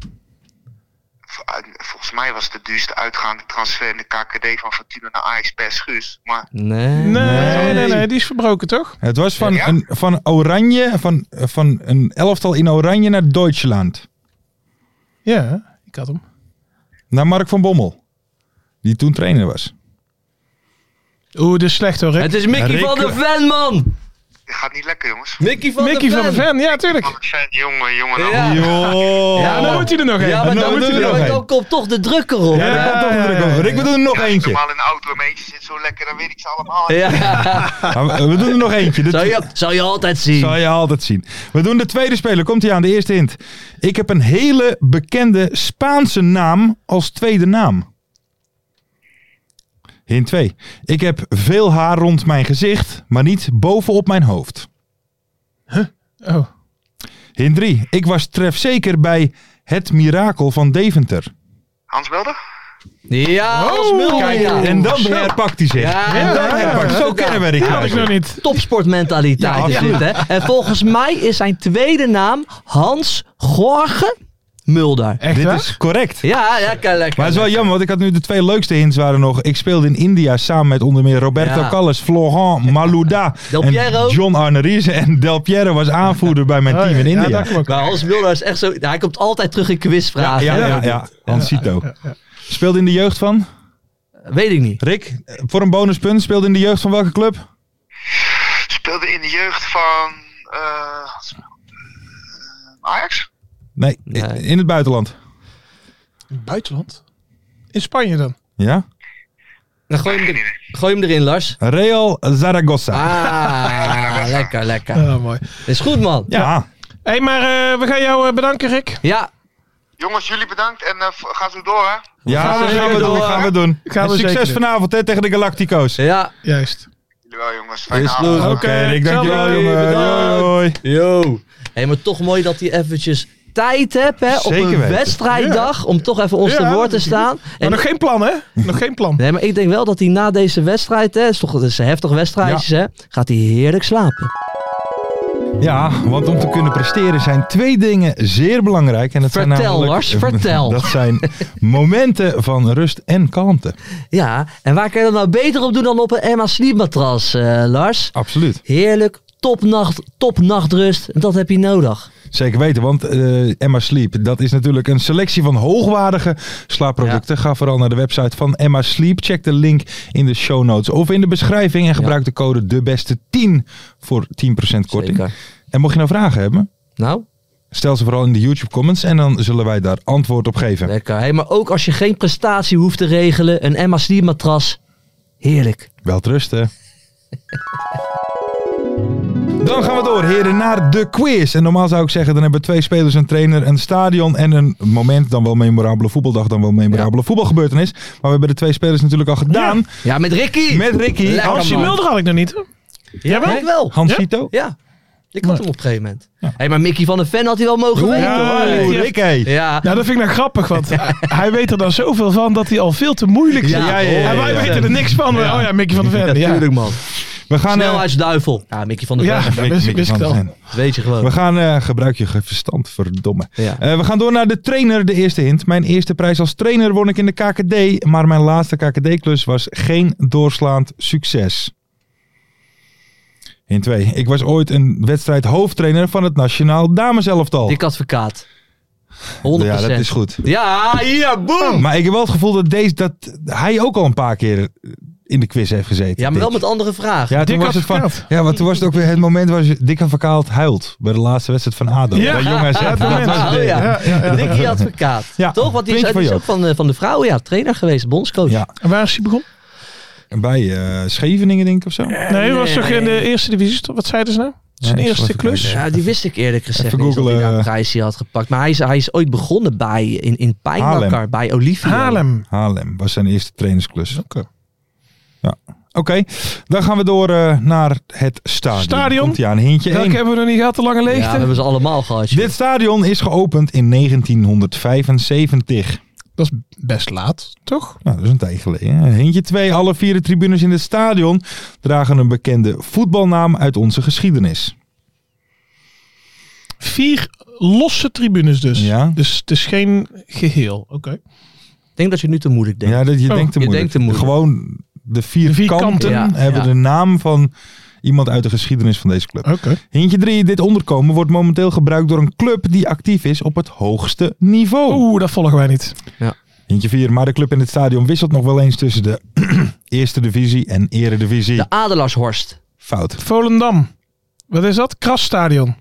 Volgens mij was de duurste uitgaande transfer in de K K D van Fortuna naar Ajax per Schuurs. Maar Nee. Nee, nee, nee, die is verbroken toch? Het was van, Ja? een, van Oranje, van, van een elftal in Oranje naar Duitsland. Ja, ik had hem. Naar Mark van Bommel. Die toen trainer was. Oeh, dit is slecht hoor, Rick. Het is Mickey Rick- van der Ven, man. het gaat niet lekker, jongens. Mickey van Mickey der van Ven. de Ven, ja, tuurlijk. Van de fan, jongen, jongen. Ja. Joh. Ja, Dan moet hij er nog een. Ja, maar Nou, dan, we doen er dan, nog dan, één. komt toch de druk erop. Ja, daar komt toch een druk over. Rick, we doen er nog Ja, ik eentje. normaal in de auto in mijn eentje zit zo lekker, dan weet ik ze allemaal. Ja. Ja, we we doen er nog eentje. Dit Zou, je, zou je altijd zien. zal je altijd zien. We doen de tweede speler. Komt hij aan, de eerste hint. Ik heb een hele bekende Spaanse naam als tweede naam. Hint twee. Ik heb veel haar rond mijn gezicht, maar niet bovenop mijn hoofd. Oh. Hint drie. Ik was trefzeker bij het mirakel van Deventer. Hans Mulder? Ja, als Oh, Mulder, Kijk, ja. en dan herpakt hij zich. Ja, en dan ja, herpakt hij. Zo ja. kennen we Rick Die had ik Huizen. nog niet. Topsportmentaliteit Ja, is dit, hè. En volgens mij is zijn tweede naam Hans Jorge Mulder. Echt Dit waar? is correct. Ja, ja, kan lekker. Maar het is wel jammer, want ik had nu de twee leukste hints waren nog. Ik speelde in India samen met onder meer Roberto Ja. Calles, Florent Malouda Del en Piero. John Arne Riese. En Del Piero was aanvoerder bij mijn Oh, team in ja, India. dat klopt. Maar Hans Mulder is echt zo... Hij komt altijd terug in quizvragen. Ja, hè. ja, ja. Hansito. Speelde in de jeugd van? Weet ik niet. Rick, voor een bonuspunt, speelde in de jeugd van welke club? Speelde in de jeugd van uh, Ajax? Nee, Nee. in het buitenland. In het buitenland? In Spanje dan? Ja? Dan gooi hem, er, gooi hem erin, Lars. Real Zaragoza. Ah, lekker, lekker. Ja, mooi. Is goed, man. Ja. Hé, hey, maar uh, we gaan jou uh, bedanken, Rick. Ja, Jongens, jullie bedankt en uh, ga zo door, hè? Ja, gaan dat we gaan we zeker doen. door. Gaan we doen. Gaan we En succes zeker doen. vanavond hè, tegen de Galactico's. ja. Juist. Jullie wel, jongens. Fijne Is avond. goed. Oké, Rick, dankjewel hetzelfde. jongen. Bedankt. Hoi, hoi. Yo. Hé, maar toch mooi dat hij eventjes tijd hebt, hè, op Zeker een weten. wedstrijddag, om toch even ons te Ja, woord te dat is staan. Maar En, nog geen plan, hè? Nog geen plan. nee, maar ik denk wel dat hij na deze wedstrijd, hè, is toch, het is een heftig wedstrijdje, hè, gaat hij heerlijk slapen. Ja, want om te kunnen presteren zijn twee dingen zeer belangrijk. En dat zijn Vertel, namelijk, Lars, vertel. Dat zijn momenten van rust en kalmte. Ja, en waar kan je dat nou beter op doen dan op een Emma Sleep matras, eh, Lars? Absoluut. Heerlijk, topnacht, topnachtrust, en dat heb je nodig. Zeker weten, want eh, Emma Sleep, dat is natuurlijk een selectie van hoogwaardige slaapproducten. Ga vooral naar de website van Emma Sleep. Check de link in de show notes of in de beschrijving en gebruik de code de beste tien voor tien procent korting. Zeker. En mocht je nou vragen hebben, Nou, stel ze vooral in de YouTube comments en dan zullen wij daar antwoord op geven. lekker. Hey, maar ook als je geen prestatie hoeft te regelen, een Emma Sleep matras, heerlijk. Wel rusten. Dan gaan we door, heren, naar de quiz. En normaal zou ik zeggen, dan hebben we twee spelers, een trainer, een stadion en een moment, dan wel memorabele voetbaldag, dan wel memorabele voetbalgebeurtenis. Maar we hebben de twee spelers natuurlijk al gedaan. Ja, met Ricky. Met Ricky, Lekker, Hansje man. Mulder had ik nog niet. Ja, wel? ik wel. Hansito. Ja. Ik had Nee. hem op een gegeven moment. Hé, Ja. hey, maar Mickey van der Ven had hij wel mogen weten, ja, hoor. ja. Oeh, Rick, hé. Ja. Nou, dat vind ik nou grappig, want hij weet er dan zoveel van dat hij al veel te moeilijk zit. Ja, ja, ja, En wij ja. weten er niks van. Ja. Oh ja, Mickey van der Ven. Ja, Natuurlijk, man. We gaan, eh, Snelheidsduivel. Ja, Mickey van der Ja. Ven. Mick- wist- Mick wist van ik der al. Ven. Dat weet je gewoon. We gaan, uh, gebruik je verstand, verdomme. Ja. Uh, we gaan door naar de trainer, de eerste hint. Mijn eerste prijs als trainer won ik in de K K D, maar mijn laatste K K D-klus was geen doorslaand succes. Hint twee. Ik was ooit een wedstrijd hoofdtrainer van het Nationaal Dameselftal. Dik advocaat. honderd procent. Ja, dat is goed. Ja, hier, boom! Maar ik heb wel het gevoel dat, deze, dat hij ook al een paar keer in de quiz heeft gezeten. Ja, maar wel Dick. met andere vragen. Ja, toen Dik was het van, advocaat. ja, want toen was het ook weer het moment waar je Dick Advocaat huilt. Bij de laatste wedstrijd van ADO. Ja. Bij Jong A Z. Ja, Dat dat was moment. het. Oh, ja. Ja, ja, ja. Dikkie advocaat. Ja, Toch? Want die is, puntje die voor is ook van, de- van de vrouwen. Ja, trainer geweest, bondscoach. Ja. En waar is hij begonnen? Bij eh, Scheveningen, denk ik, of zo. Nee, dat was toch in de eerste divisie? toch? Wat zeiden ze nou? Zijn Ja, ik zal eerste even klus? kijken. Ja, die wist ik eerlijk gezegd Even niet of hij googlen. daar een prijsje had gepakt. Maar hij is, hij is ooit begonnen bij, in, in Pijnakker, Haarlem. bij Olivia. Haarlem. Haarlem was zijn eerste trainersklus. Oké. Ja. Oké, dan gaan we door eh, naar het stadion. Stadion? Komt ie aan, hintje Welke één. hebben we nog niet gehad? De lange Ja, leegte? we hebben ze allemaal gehad. joh. Dit stadion is geopend in negentienhonderdvijfenzeventig. Dat is best laat, toch? Nou, dat is een tijd geleden. Hintje twee. Alle vier de tribunes in het stadion dragen een bekende voetbalnaam uit onze geschiedenis. Vier losse tribunes dus. Ja. Dus het is geen geheel. Oké. Ik denk dat je nu te moeilijk denkt. Ja, dat, je Oh, denkt te je moeilijk. denkt te moeilijk. Gewoon de vier, De vier kanten, kanten. Ja, hebben ja. de naam van iemand uit de geschiedenis van deze club. Oké. Hintje drie. Dit onderkomen wordt momenteel gebruikt door een club die actief is op het hoogste niveau. Oeh, dat volgen wij niet. Hintje vier. Maar de club in het stadion wisselt nog wel eens tussen de eerste divisie en eredivisie. De Adelaarshorst. Fout. Volendam. Wat is dat? Krasstadion.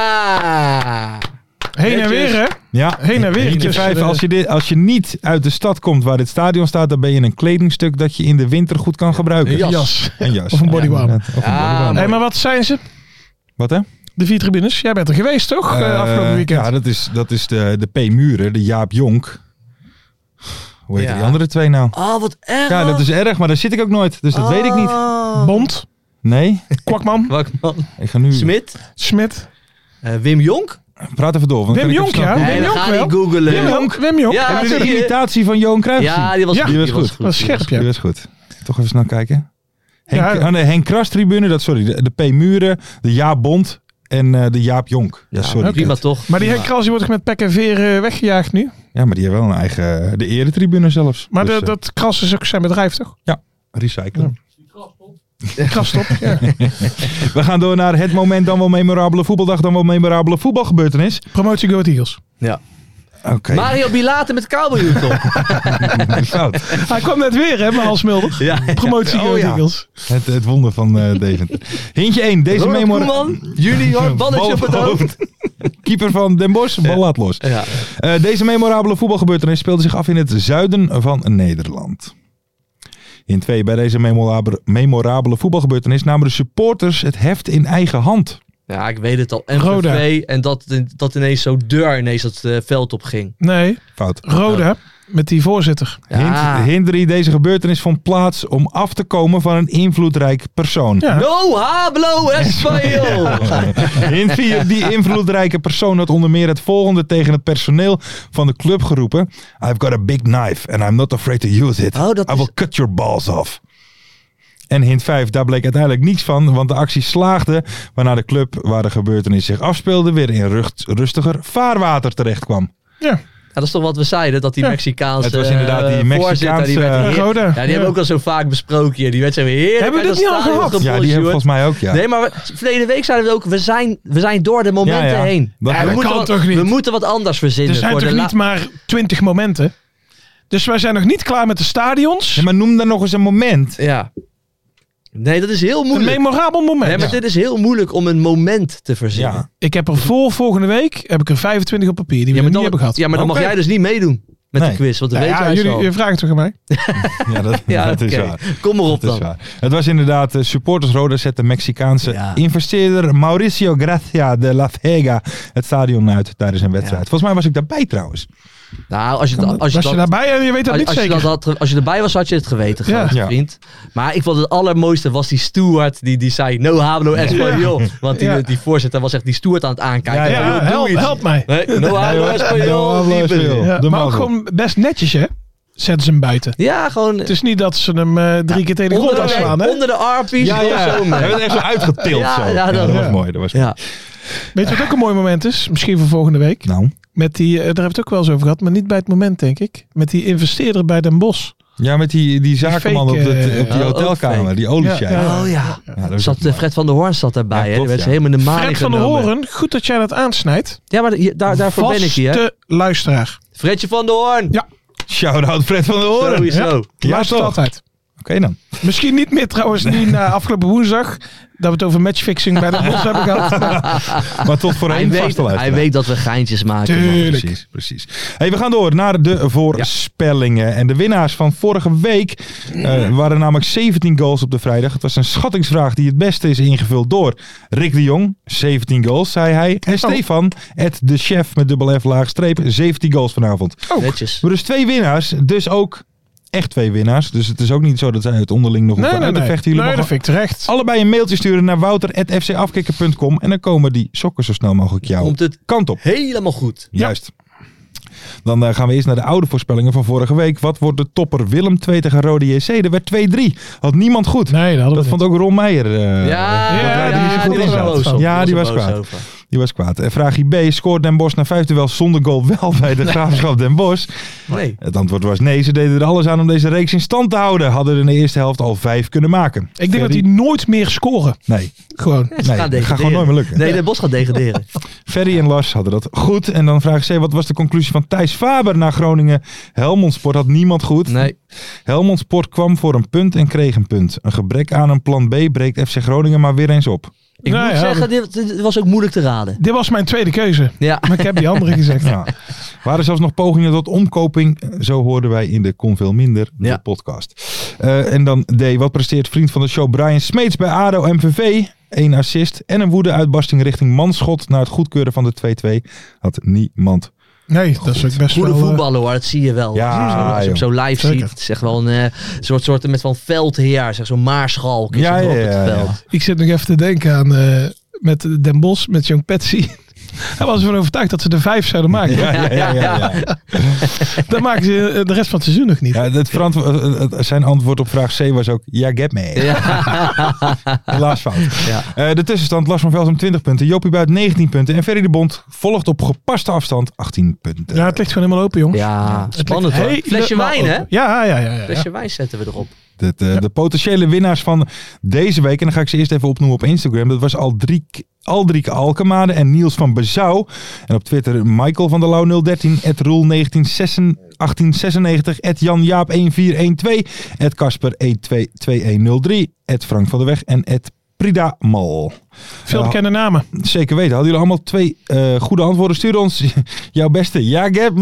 Ja. Heen en Netjes. weer, hè? Ja, Heen en weer. Hintje Dus, vijf. eh, Als je, dit, als je niet uit de stad komt waar dit stadion staat, dan ben je een kledingstuk dat je in de winter goed kan gebruiken. Een jas. Jas. Een jas. Of een bodywarmer. Ja, of een Ja, bodywarmer. Hey, maar wat zijn ze? Wat hè? De vier tribunes. Jij bent er geweest, toch? Eh, Eh, afgelopen weekend. Ja, dat is, dat is de, de P. Muren, de Jaap Jonk. Hoe heet Ja. die andere twee nou? Oh, wat erg. Ja, dat is erg, maar daar zit ik ook nooit. Dus dat weet ik niet. Oh. Bond. Nee, Kwakman. Wakman. ik ga nu... Smit. Smit. Eh, Wim Jonk. Praat even door. want Wim dan kan ik Jonk, even ja. snel Wim Nee, we Jonk gaan wel. niet googlen. Wim Jonk. Wim Jonk. Ja, Hebben jullie zie de je. imitatie van Johan Cruijff Ja, gezien? die was Ja, goed. die was goed. goed. Dat is scherp, ja. Die was goed. Toch even snel kijken. Henk, Ja. oh nee, Henk Kras tribune, dat, sorry, de, de P. Muren, de Jaap Bond en eh, de Jaap Jonk. Ja, sorry. oké. Prima toch? Maar die Henk Kras die wordt toch met pek en veer eh, weggejaagd nu? Ja, maar die hebben wel een eigen, de eretribune zelfs. Maar Dus, de, eh, dat Kras is ook zijn bedrijf, toch? recyclen. Krastop. Ja. We gaan door naar het moment, dan wel memorabele voetbaldag, dan wel memorabele voetbalgebeurtenis. Promotie Go Ahead Eagles. Oké. Mario Bilater met cowboyhoed op. Fout. Hij kwam net weer, hè, met Hans Mulder. Ja. Promotie Go Oh, Ahead ja. Eagles. Het, het wonder van eh Deventer. Hintje één. Deze Ronald memorabele... Koeman, junior, balletje op het hoofd. Keeper van Den Bosch, bal laat los. Ja. Eh, deze memorabele voetbalgebeurtenis speelde zich af in het zuiden van Nederland. In twee, bij deze memorabele, memorabele voetbalgebeurtenis namen de supporters het heft in eigen hand. Ja, ik weet het al. M V V Roda. en dat, dat ineens zo deur ineens dat eh, veld op ging. Nee, Fout. Roda. Met die voorzitter. Ja. Hint, hint drie, deze gebeurtenis vond plaats om af te komen van een invloedrijk persoon. Ja. No hablo español. Hint vier, die invloedrijke persoon had onder meer het volgende tegen het personeel van de club geroepen. I've got a big knife and I'm not afraid to use it. Oh, dat I is- will cut your balls off. En hint vijf, daar bleek uiteindelijk niets van, want de actie slaagde, waarna de club waar de gebeurtenis zich afspeelde weer in rust, rustiger vaarwater terecht kwam. Ja. Ja, dat is toch wat we zeiden, dat die Ja. Mexicaanse Het was inderdaad die eh, Mexicaanse, voorzitter, die werd eh, heer- Roda. Ja, die Ja. hebben we ook al zo vaak besproken hier. Die werd zo heerlijk. Hebben we uit dit dat niet al stadion gehad? Ja, die hebben volgens mij ook, ja. Nee, maar we- verleden week zeiden we ook, we zijn, we zijn door de momenten Ja, ja. heen. Dat we, kan moeten wat, toch niet? we moeten wat anders verzinnen. Er zijn voor toch de la- niet maar twintig momenten? Dus wij zijn nog niet klaar met de stadions. Ja, maar noem dan nog eens een moment. Ja. Nee, dat is heel Een moeilijk. memorabel moment. Nee, maar dit is heel moeilijk om een moment te verzinnen. Ja. Ik heb er voor volgende week heb ik er vijfentwintig op papier die we Ja, nog maar niet dan, hebben gehad. ja, maar dan mag Oké. jij dus niet meedoen met Nee. de quiz. Want dan Nou weet ja, jij jullie zo. je vraagt toch aan mij? Ja, dat, Ja, dat is oké. waar. Kom maar op Dat is dan. waar. Het was inderdaad uh, supporters Roda zette Mexicaanse Ja. investeerder Mauricio Gracia de la Vega het stadion uit tijdens een wedstrijd. Ja. Volgens mij was ik daarbij trouwens. Nou, als je, Kan da- dat- als je, was je dat, daarbij en je weet dat als, niet als, je zeker. dat had, als je erbij was, had je het geweten, Ja. grote Ja. vriend. Maar ik vond het allermooiste was die steward die, die zei, no hablo español. Want die, Ja. die voorzitter was echt die steward aan het aankijken. Ja, ja, Van, Ja, joh, doe help, iets. help mij. Nee, no hablo hoor. español. No hablo lieve. español. Ja, de maar ook mazzel. gewoon best netjes, hè? Zetten ze hem buiten. Ja, gewoon Het is niet dat ze hem eh, drie keer tegen de grond onder, afslaan, de, hè? onder de arpies. Ja, gewoon ja. zo We mee. hebben het echt zo uitgetild. Ja, zo. ja, Ja, dat- dat was ja. mooi. Dat was Ja. Weet je wat ook een mooi moment is? Misschien voor volgende week. Nou, Met die, eh, daar hebben we het ook wel eens over gehad, maar niet bij het moment, denk ik. Met die investeerder bij Den Bosch. ja, met die, die zakenman fake, op, het, eh, op die oh, ook hotelkamer, fake. die oliesjei. Ja, Oh ja. Ja, dat is Zat, ook eh, mooi. Fred van der Hoorn zat daarbij. Ja, hè? klopt, Die werd ja. ze helemaal in de maling Fred van der genomen. Hoorn, goed dat jij dat aansnijdt. Ja, maar hier- daar, daarvoor ben ik hier. hè. Vaste luisteraar. Fredje van der Hoorn. Ja. Shout-out Fred van der Hoorn. Oké Sowieso. Ja, Luistert toch. altijd. dan. Misschien niet meer trouwens, nu na afgelopen woensdag. Dat we het over matchfixing bij Den Bosch hebben gehad. Maar tot voorheen Hij weet, vaste luisteraar. hij weet dat we geintjes maken. man. Tuurlijk. Precies, precies. Hey, we gaan door naar de voorspellingen. En de winnaars van vorige week eh, waren namelijk zeventien goals op de vrijdag. Het was een schattingsvraag die het beste is ingevuld door Rick de Jong. zeventien goals, zei hij. En Stefan, het de chef met dubbel F laag streep, zeventien goals vanavond. Netjes. Maar dus twee winnaars, dus ook echt twee winnaars. Dus het is ook niet zo dat zij het onderling nog Nee, hoeven nee, uit te nee. vechten. Jullie Nee, dat mogen vind ik terecht. allebei een mailtje sturen naar wouter at f c afkikker punt com en dan komen die sokken zo snel mogelijk jouw Komt het kant op. helemaal goed. Juist. Dan uh, gaan we eerst naar de oude voorspellingen van vorige week. Wat wordt de topper Willem twee tegen Rode J C? Er werd twee drie. Had niemand goed. Nee, dat hadden Dat we vond ook Ron Meijer. Uh, Ja, dat wij er ja, niet zo goed die in was er zaten. boos op. Ja, die was er boos kwaad. over. Die was kwaad. En vraagje B. Scoort Den Bosch na vijf duels zonder goal wel bij de Graafschap Den Bosch? Nee. Het antwoord was nee. Ze deden er alles aan om deze reeks in stand te houden. Hadden er in de eerste helft al vijf kunnen maken. Ik denk dat Ferry- die nooit meer scoren. Nee, Gewoon. Ze nee gaan dat degraderen. gaat gewoon nooit meer lukken. Nee, de Bos gaat degraderen. Ferry en Lars hadden dat goed. En dan vraag C. Wat was de conclusie van Thijs Faber na Groningen? Helmond Sport had niemand goed. Nee. Helmond Sport kwam voor een punt en kreeg een punt. Een gebrek aan een plan B breekt F C Groningen maar weer eens op. Ik Nou moet ja, zeggen, dit, dit was ook moeilijk te raden. Dit was mijn tweede keuze. Ja. Maar ik heb die andere gezegd. Ja. Waren zelfs nog pogingen tot omkoping. Zo hoorden wij in de Kon Veel Minder, de Ja. podcast. Uh, en dan D. Wat presteert vriend van de show Brian Smeets bij ADO M V V? Eén assist en een woede-uitbarsting richting Manschot na het goedkeuren van de twee twee. Had niemand. Nee, dat is ook best Goede wel... eh, voetballer hoor, dat zie je wel. Ja, als je, als je hem zo live Zeker. ziet. Het is echt wel een eh, soort, soort met van veldheer. Zeg, zo'n maarschalk is Ja, het ja, op het ja, ja. veld. Ik zit nog even te denken aan uh, met Den Bosch, met Young Patsy. Hij was ervan overtuigd dat ze er vijf zouden maken. Ja, ja, ja, ja, ja. Dat maken ze de rest van het seizoen nog niet. Ja, het verantwo- het- zijn antwoord op vraag C was ook ja, get me. Helaas fout. Ja. Uh, de tussenstand: Lars van Velsen twintig punten, Jopie Buit negentien punten en Ferry de Bond volgt op gepaste afstand achttien punten. Ja, het ligt gewoon helemaal open, jongens. Ja, Het spannend ligt hoor. helemaal Flesje wijn hè? open. Ja, ja, ja. ja, ja. Flesje wijn zetten we erop. De, de, de potentiële winnaars van deze week, en dan ga ik ze eerst even opnoemen op Instagram. Dat was Aldriek, Aldriek Alkemade en Niels van Bezouw. En op Twitter Michael van der Lauw nul dertien, at Roel negentien zesennegentig, at Jan Jaap een vier een twee, at Kasper een twee twee een nul drie, at Frank van der Weg en at Prida Mal. Veel Uh, bekende namen. Zeker weten. Hadden jullie allemaal twee uh, goede antwoorden? Stuur ons jouw beste ja, get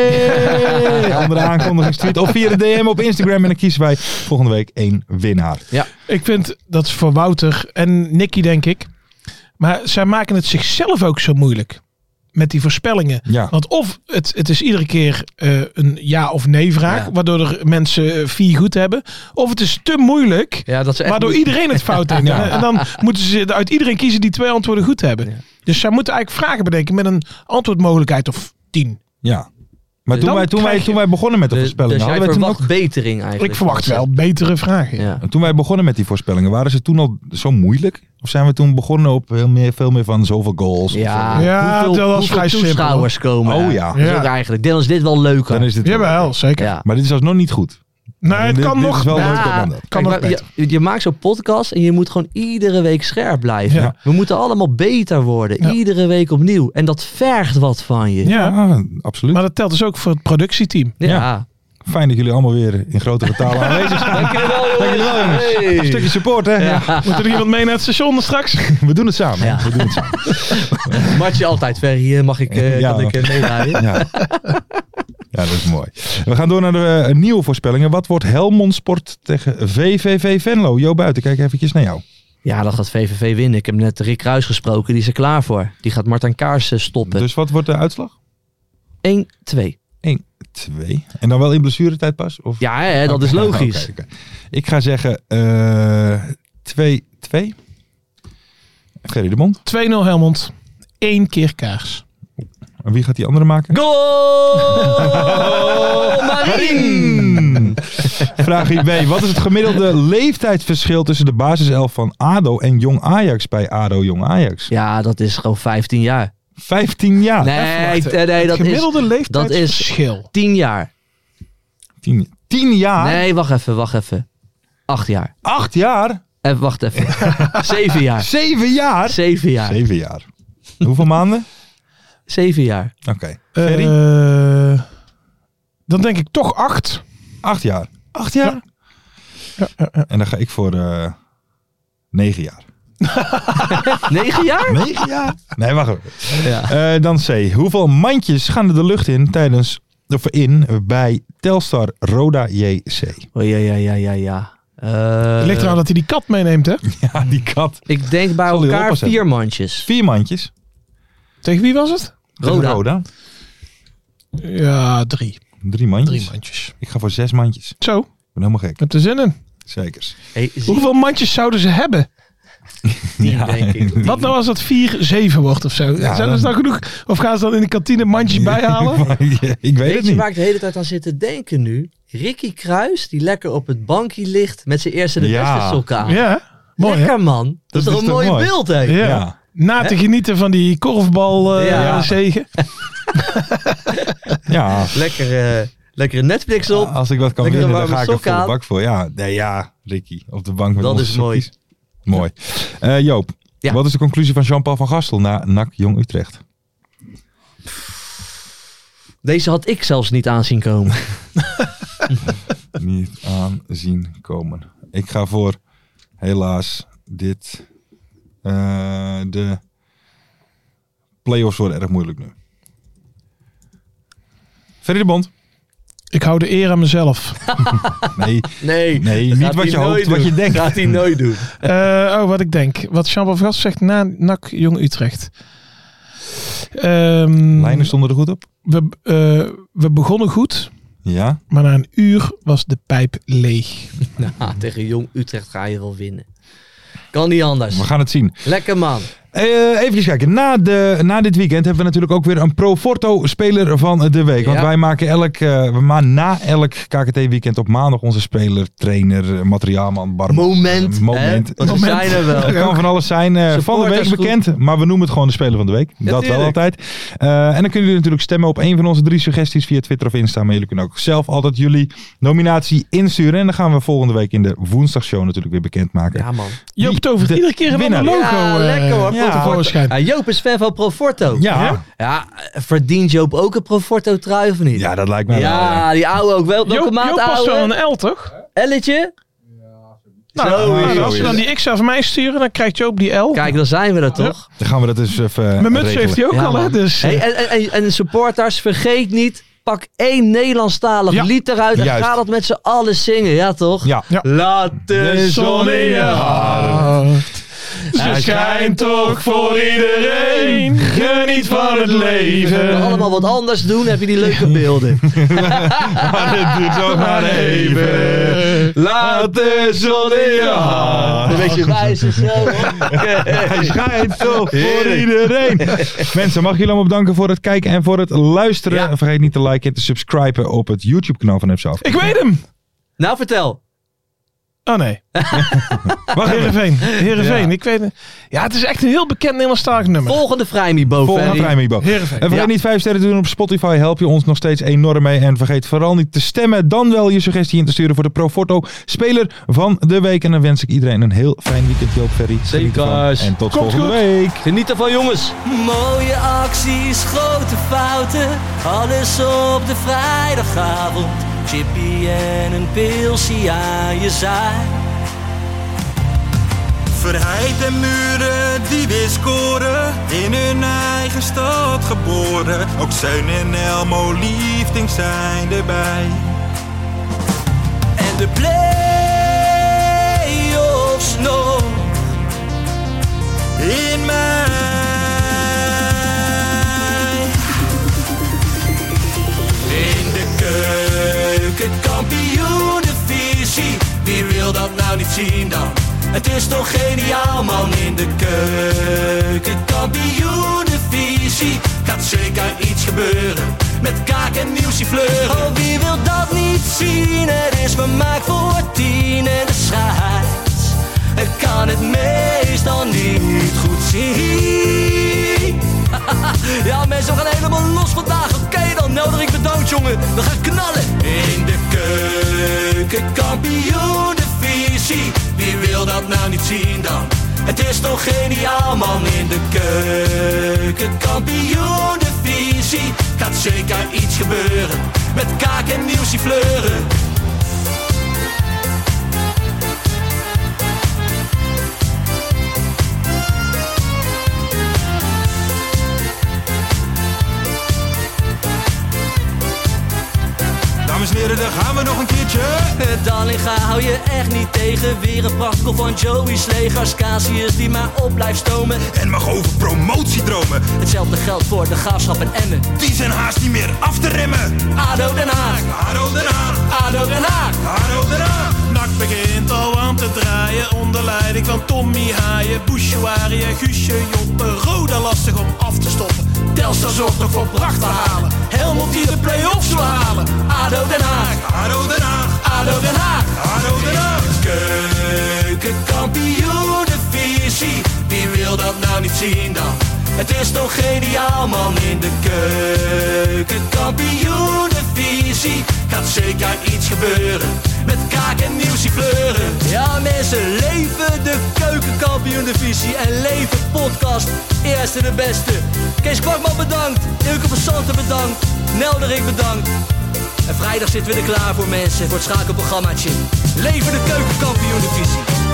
me. Andere aankondigingstweet of via de D M op Instagram. En dan kiezen wij volgende week één winnaar. Ik vind dat is voor Wouter en Nicky, denk ik. Maar zij maken het zichzelf ook zo moeilijk. Met die voorspellingen. Ja. Want of het, het is iedere keer uh, een ja of nee vraag. Ja. Waardoor er mensen vier goed hebben. Of het is te moeilijk. Ja, dat is echt Waardoor moeilijk. iedereen het fout heeft. Ja. En dan moeten ze uit iedereen kiezen die twee antwoorden goed hebben. Ja. Dus zij moeten eigenlijk vragen bedenken met een antwoordmogelijkheid of tien. Ja. Maar toen Dan wij, toen, wij, krijg je- toen wij begonnen met de, Dus, voorspellingen, dus jij hadden wij toen verwacht ook, betering eigenlijk. Ik verwacht wel betere vragen. Ja. toen wij begonnen met die voorspellingen, waren ze toen al zo moeilijk? Of zijn we toen begonnen op veel meer, veel meer van zoveel goals? Ja, Of, Ja, hoeveel, dat was hoeveel vrij simpel, toeschouwers komen Oh er? ja. Dat is Ja. ook eigenlijk. Dan is dit wel leuker. dan is dit wel Jawel, leuk. zeker. Ja. Maar dit is alsnog niet goed. Nee, het Dit- kan dit nog. is wel Ja. leuker dan dat. Kan Kijk, nog maar beter. je, je maakt zo'n podcast en je moet gewoon iedere week scherp blijven. Ja. We moeten allemaal beter worden. Ja. Iedere week opnieuw. En dat vergt wat van je. Ja. Ja, absoluut. Maar dat telt dus ook voor het productieteam. Ja. Ja. Fijn dat jullie allemaal weer in grote getalen aanwezig zijn. Dank jullie wel, Dank jullie wel, jongens. Hey. Een stukje support, hè? Ja. Moet er iemand mee naar het station straks? We doen het samen. Ja. We doen het samen. Matje altijd ver. Hier mag ik, eh, Ja. kan ik eh, meerijden. Ja. Ja, dat is mooi. We gaan door naar de uh, nieuwe voorspellingen. Wat wordt Helmond Sport tegen V V V Venlo? Jo Buiten, kijk eventjes naar jou. Ja, dat gaat V V V winnen. Ik heb net Rick Kruis gesproken. Die is er klaar voor. Die gaat Martin Kaars eh, stoppen. Dus wat wordt de uitslag? één twee. één, twee. En dan wel in blessuretijd pas? Of? Ja, hè, dat Okay, is logisch. Okay, okay. Ik ga zeggen uh, twee twee. Ferry de Bond. twee nul Helmond. Eén keer kaars. En wie gaat die andere maken? Goal! Marien! Vraag B. Wat is het gemiddelde leeftijdsverschil tussen de basiself van ADO en Jong Ajax bij ADO Jong Ajax? Ja, dat is gewoon vijftien jaar. vijftien jaar? Nee, nee, nee dat gemiddelde is... leeftijdsverschil. Dat is tien jaar. tien, tien jaar? Nee, wacht even, wacht even. acht jaar. acht jaar? Even, wacht even. zeven jaar. zeven jaar? zeven jaar. zeven jaar. Hoeveel maanden? zeven jaar. Oké. Okay. Uh, dan denk ik toch acht. acht jaar. acht jaar? Ja. Ja, ja, ja. En dan ga ik voor uh, negen jaar. negen jaar? negen jaar? Nee, wacht even. Ja. Uh, dan C. Hoeveel mandjes gaan er de lucht in tijdens, of in bij Telstar Roda J C? Oh ja, ja, ja, ja, ja. Uh, Het ligt eraan dat hij die kat meeneemt, hè? Ja, die kat. Ik denk bij Zal elkaar vier mandjes. Vier mandjes. Tegen wie was het? Roda. Roda. Ja, drie. Drie mandjes. Drie mandjes. Ik ga voor zes mandjes. Zo. Ik ben helemaal gek. Heb er zin in. Zekers. Hey, Hoeveel mandjes zouden ze hebben? tien, ja, denk ik. Wat nou als dat vier zeven wordt of zo? Ja, Zijn er dan genoeg? Of gaan ze dan in de kantine mandjes bijhalen? ik weet Weet het je niet. waar ik de hele tijd aan zit te denken nu? Ricky Kruis, die lekker op het bankje ligt met zijn eerste de Ja. beste sokken aan. Ja, mooi lekker hè? man. Dat, Dat is toch is een toch mooi mooi? beeld, hè? Ja. Ja. Na te genieten van die korfbal uh, Ja. zegen. Ja. Lekker, uh, lekkere Netflix op. Als ik wat kan Lekker winnen, dan warme ga ik er sokken volle aan. bak voor. Ja, nee, ja, Ricky. Op de bank met Dat onze is mooi. sokjes. Mooi. Uh, Joop, Ja. wat is de conclusie van Jean-Paul van Gastel na N A C Jong Utrecht? Deze had ik zelfs niet aanzien komen. Niet aanzien komen. Ik ga voor, helaas, dit. Uh, de play-offs worden erg moeilijk nu. Ferry de Bond. Ik hou de eer aan mezelf. Nee, Nee, nee dat niet gaat wat hij je hoopt, nooit wat doen. je denkt. Gaat hij nooit doen. Uh, oh, wat ik denk. Wat Jean-Paul van Gastel zegt na N A C Jong Utrecht. Um, Lijnen stonden er goed op? we, uh, we begonnen goed. Ja. Maar na een uur was de pijp leeg. Nou, tegen Jong Utrecht ga je wel winnen. Kan niet anders. We gaan het zien. Lekker man. Uh, even kijken. Na, de, na dit weekend hebben we natuurlijk ook weer een Proforto speler van de week. Want Ja. wij maken elk, uh, maar na elk K K T weekend op maandag onze speler, trainer, materiaalman, barman. Moment. Uh, moment. Hè? Want we Moment. zijn er wel. Het kan van alles zijn. Uh, van de week Supportersgroep. bekend. Maar we noemen het gewoon de speler van de week. Ja, dat wel tuurlijk. altijd. Uh, en dan kunnen jullie natuurlijk stemmen op een van onze drie suggesties via Twitter of Insta. Maar jullie kunnen ook zelf altijd jullie nominatie insturen. En dan gaan we volgende week in de woensdagshow natuurlijk weer bekendmaken. Ja man. Joop tovert de iedere keer een winnaar. ander logo. Ja, uh, lekker hoor. ja. tevoorschijn. Ja, Joop is fan van Proforto. Ja. Ja, verdient Joop ook een Proforto trui of niet? Ja, dat lijkt mij wel. Ja, die oude ook wel. Welke Joop, maat Joop past wel oude? een L, toch? Elletje? Nou, Zo nou, is als het. ze dan die X van mij sturen, dan krijgt Joop die L. Kijk, dan zijn we er toch? Dan gaan we dat dus even Mijn muts regelen. heeft hij ook Ja, al, hè? man. Dus, Hey, en, en, en supporters, vergeet niet, pak één Nederlandstalig Ja. lied eruit en Juist. ga dat met z'n allen zingen, ja toch? Ja. Ja. Laat de zon in je hart. Ze schijnt toch voor iedereen. Geniet van het We leven. allemaal wat anders doen, heb je die leuke beelden. Maar het duurt toch maar even. Laat de zon in je hart. Een beetje wijzen zo. Hij schijnt toch voor iedereen. Mensen, mag ik jullie allemaal bedanken voor het kijken en voor het luisteren. Ja. Vergeet niet te liken en te subscriben op het YouTube kanaal van F C Af. Ik weet hem. Nou, vertel. Oh nee. Wacht even. Heerenveen. Heerenveen. Ja. Ik weet het. Ja, het is echt een heel bekend Nederlandstalig nummer. Volgende vrijmi boven. Volgende Vrijmibo. En Heerenveen. vergeet Ja. niet vijf sterren te doen op Spotify. Help je ons nog steeds enorm mee. En vergeet vooral niet te stemmen. Dan wel je suggestie in te sturen voor de Proforto Speler van de Week. En dan wens ik iedereen een heel fijn weekend. Joop, Ferry. Geniet ervan. Zekers. En tot Komt volgende goed. week. Geniet ervan, jongens. Mooie acties, grote fouten, alles op de vrijdagavond. Chippy en een pilsie aan je zaai. Verheid en Muren die weer scoren, in hun eigen stad geboren. Ook Zeun en Elmo Liefding zijn erbij. En de play-offs nog In mij. in dat nou niet zien dan? Het is toch geniaal man in de keukenkampioenenvisie. Gaat zeker iets gebeuren met kaak en nieuwsie fleuren. Oh, wie wil dat niet zien? Het is vermaakt voor tien en de scheids. Ik kan het meestal niet goed zien. Ja mensen, we gaan helemaal los vandaag. Oké okay, dan, Nelderik bedankt jongen. We gaan knallen. In de keukenkampioenenvisie. Wie wil dat nou niet zien dan? Het is toch geniaal man in de keukenkampioenenvisie. Gaat zeker iets gebeuren met kaak en nieuwsie fleuren. Dames en heren, daar gaan we nog een keertje. Dallinga hou je echt niet tegen. Weer een prachtkel van Joey's legers. Casius die maar op blijft stomen. En mag over promotiedromen. Hetzelfde geldt voor de Graafschap en Emmen. Die zijn haast niet meer af te remmen. ADO Den Haag, ADO Den Haag, ADO Den Haag, ADO Den Haag. N A C begint al aan te draaien onder leiding van Tommy Haaien, Bouchouari en Guusje Joppen. Roda lastig om af te stoppen. Telstar zorgt nog voor pracht te halen. Helmond die de play-offs wil halen. ADO Den Haag, ADO Den Haag, ADO Den Haag, ADO Den Haag. Keukenkampioenenvisie. Wie wil dat nou niet zien dan? Het is toch geniaal man in de keukenkampioenenvisie. Gaat zeker iets gebeuren met kaak en nieuwsie fleuren. Ja mensen, leven de keukenkampioenenvisie en leven podcast. Eerste de beste. Kees Kwakman bedankt, Ilke van Santen bedankt, Nelderik bedankt. En vrijdag zitten we er klaar voor mensen, voor het schakelprogrammaatje. Leven de keukenkampioenenvisie.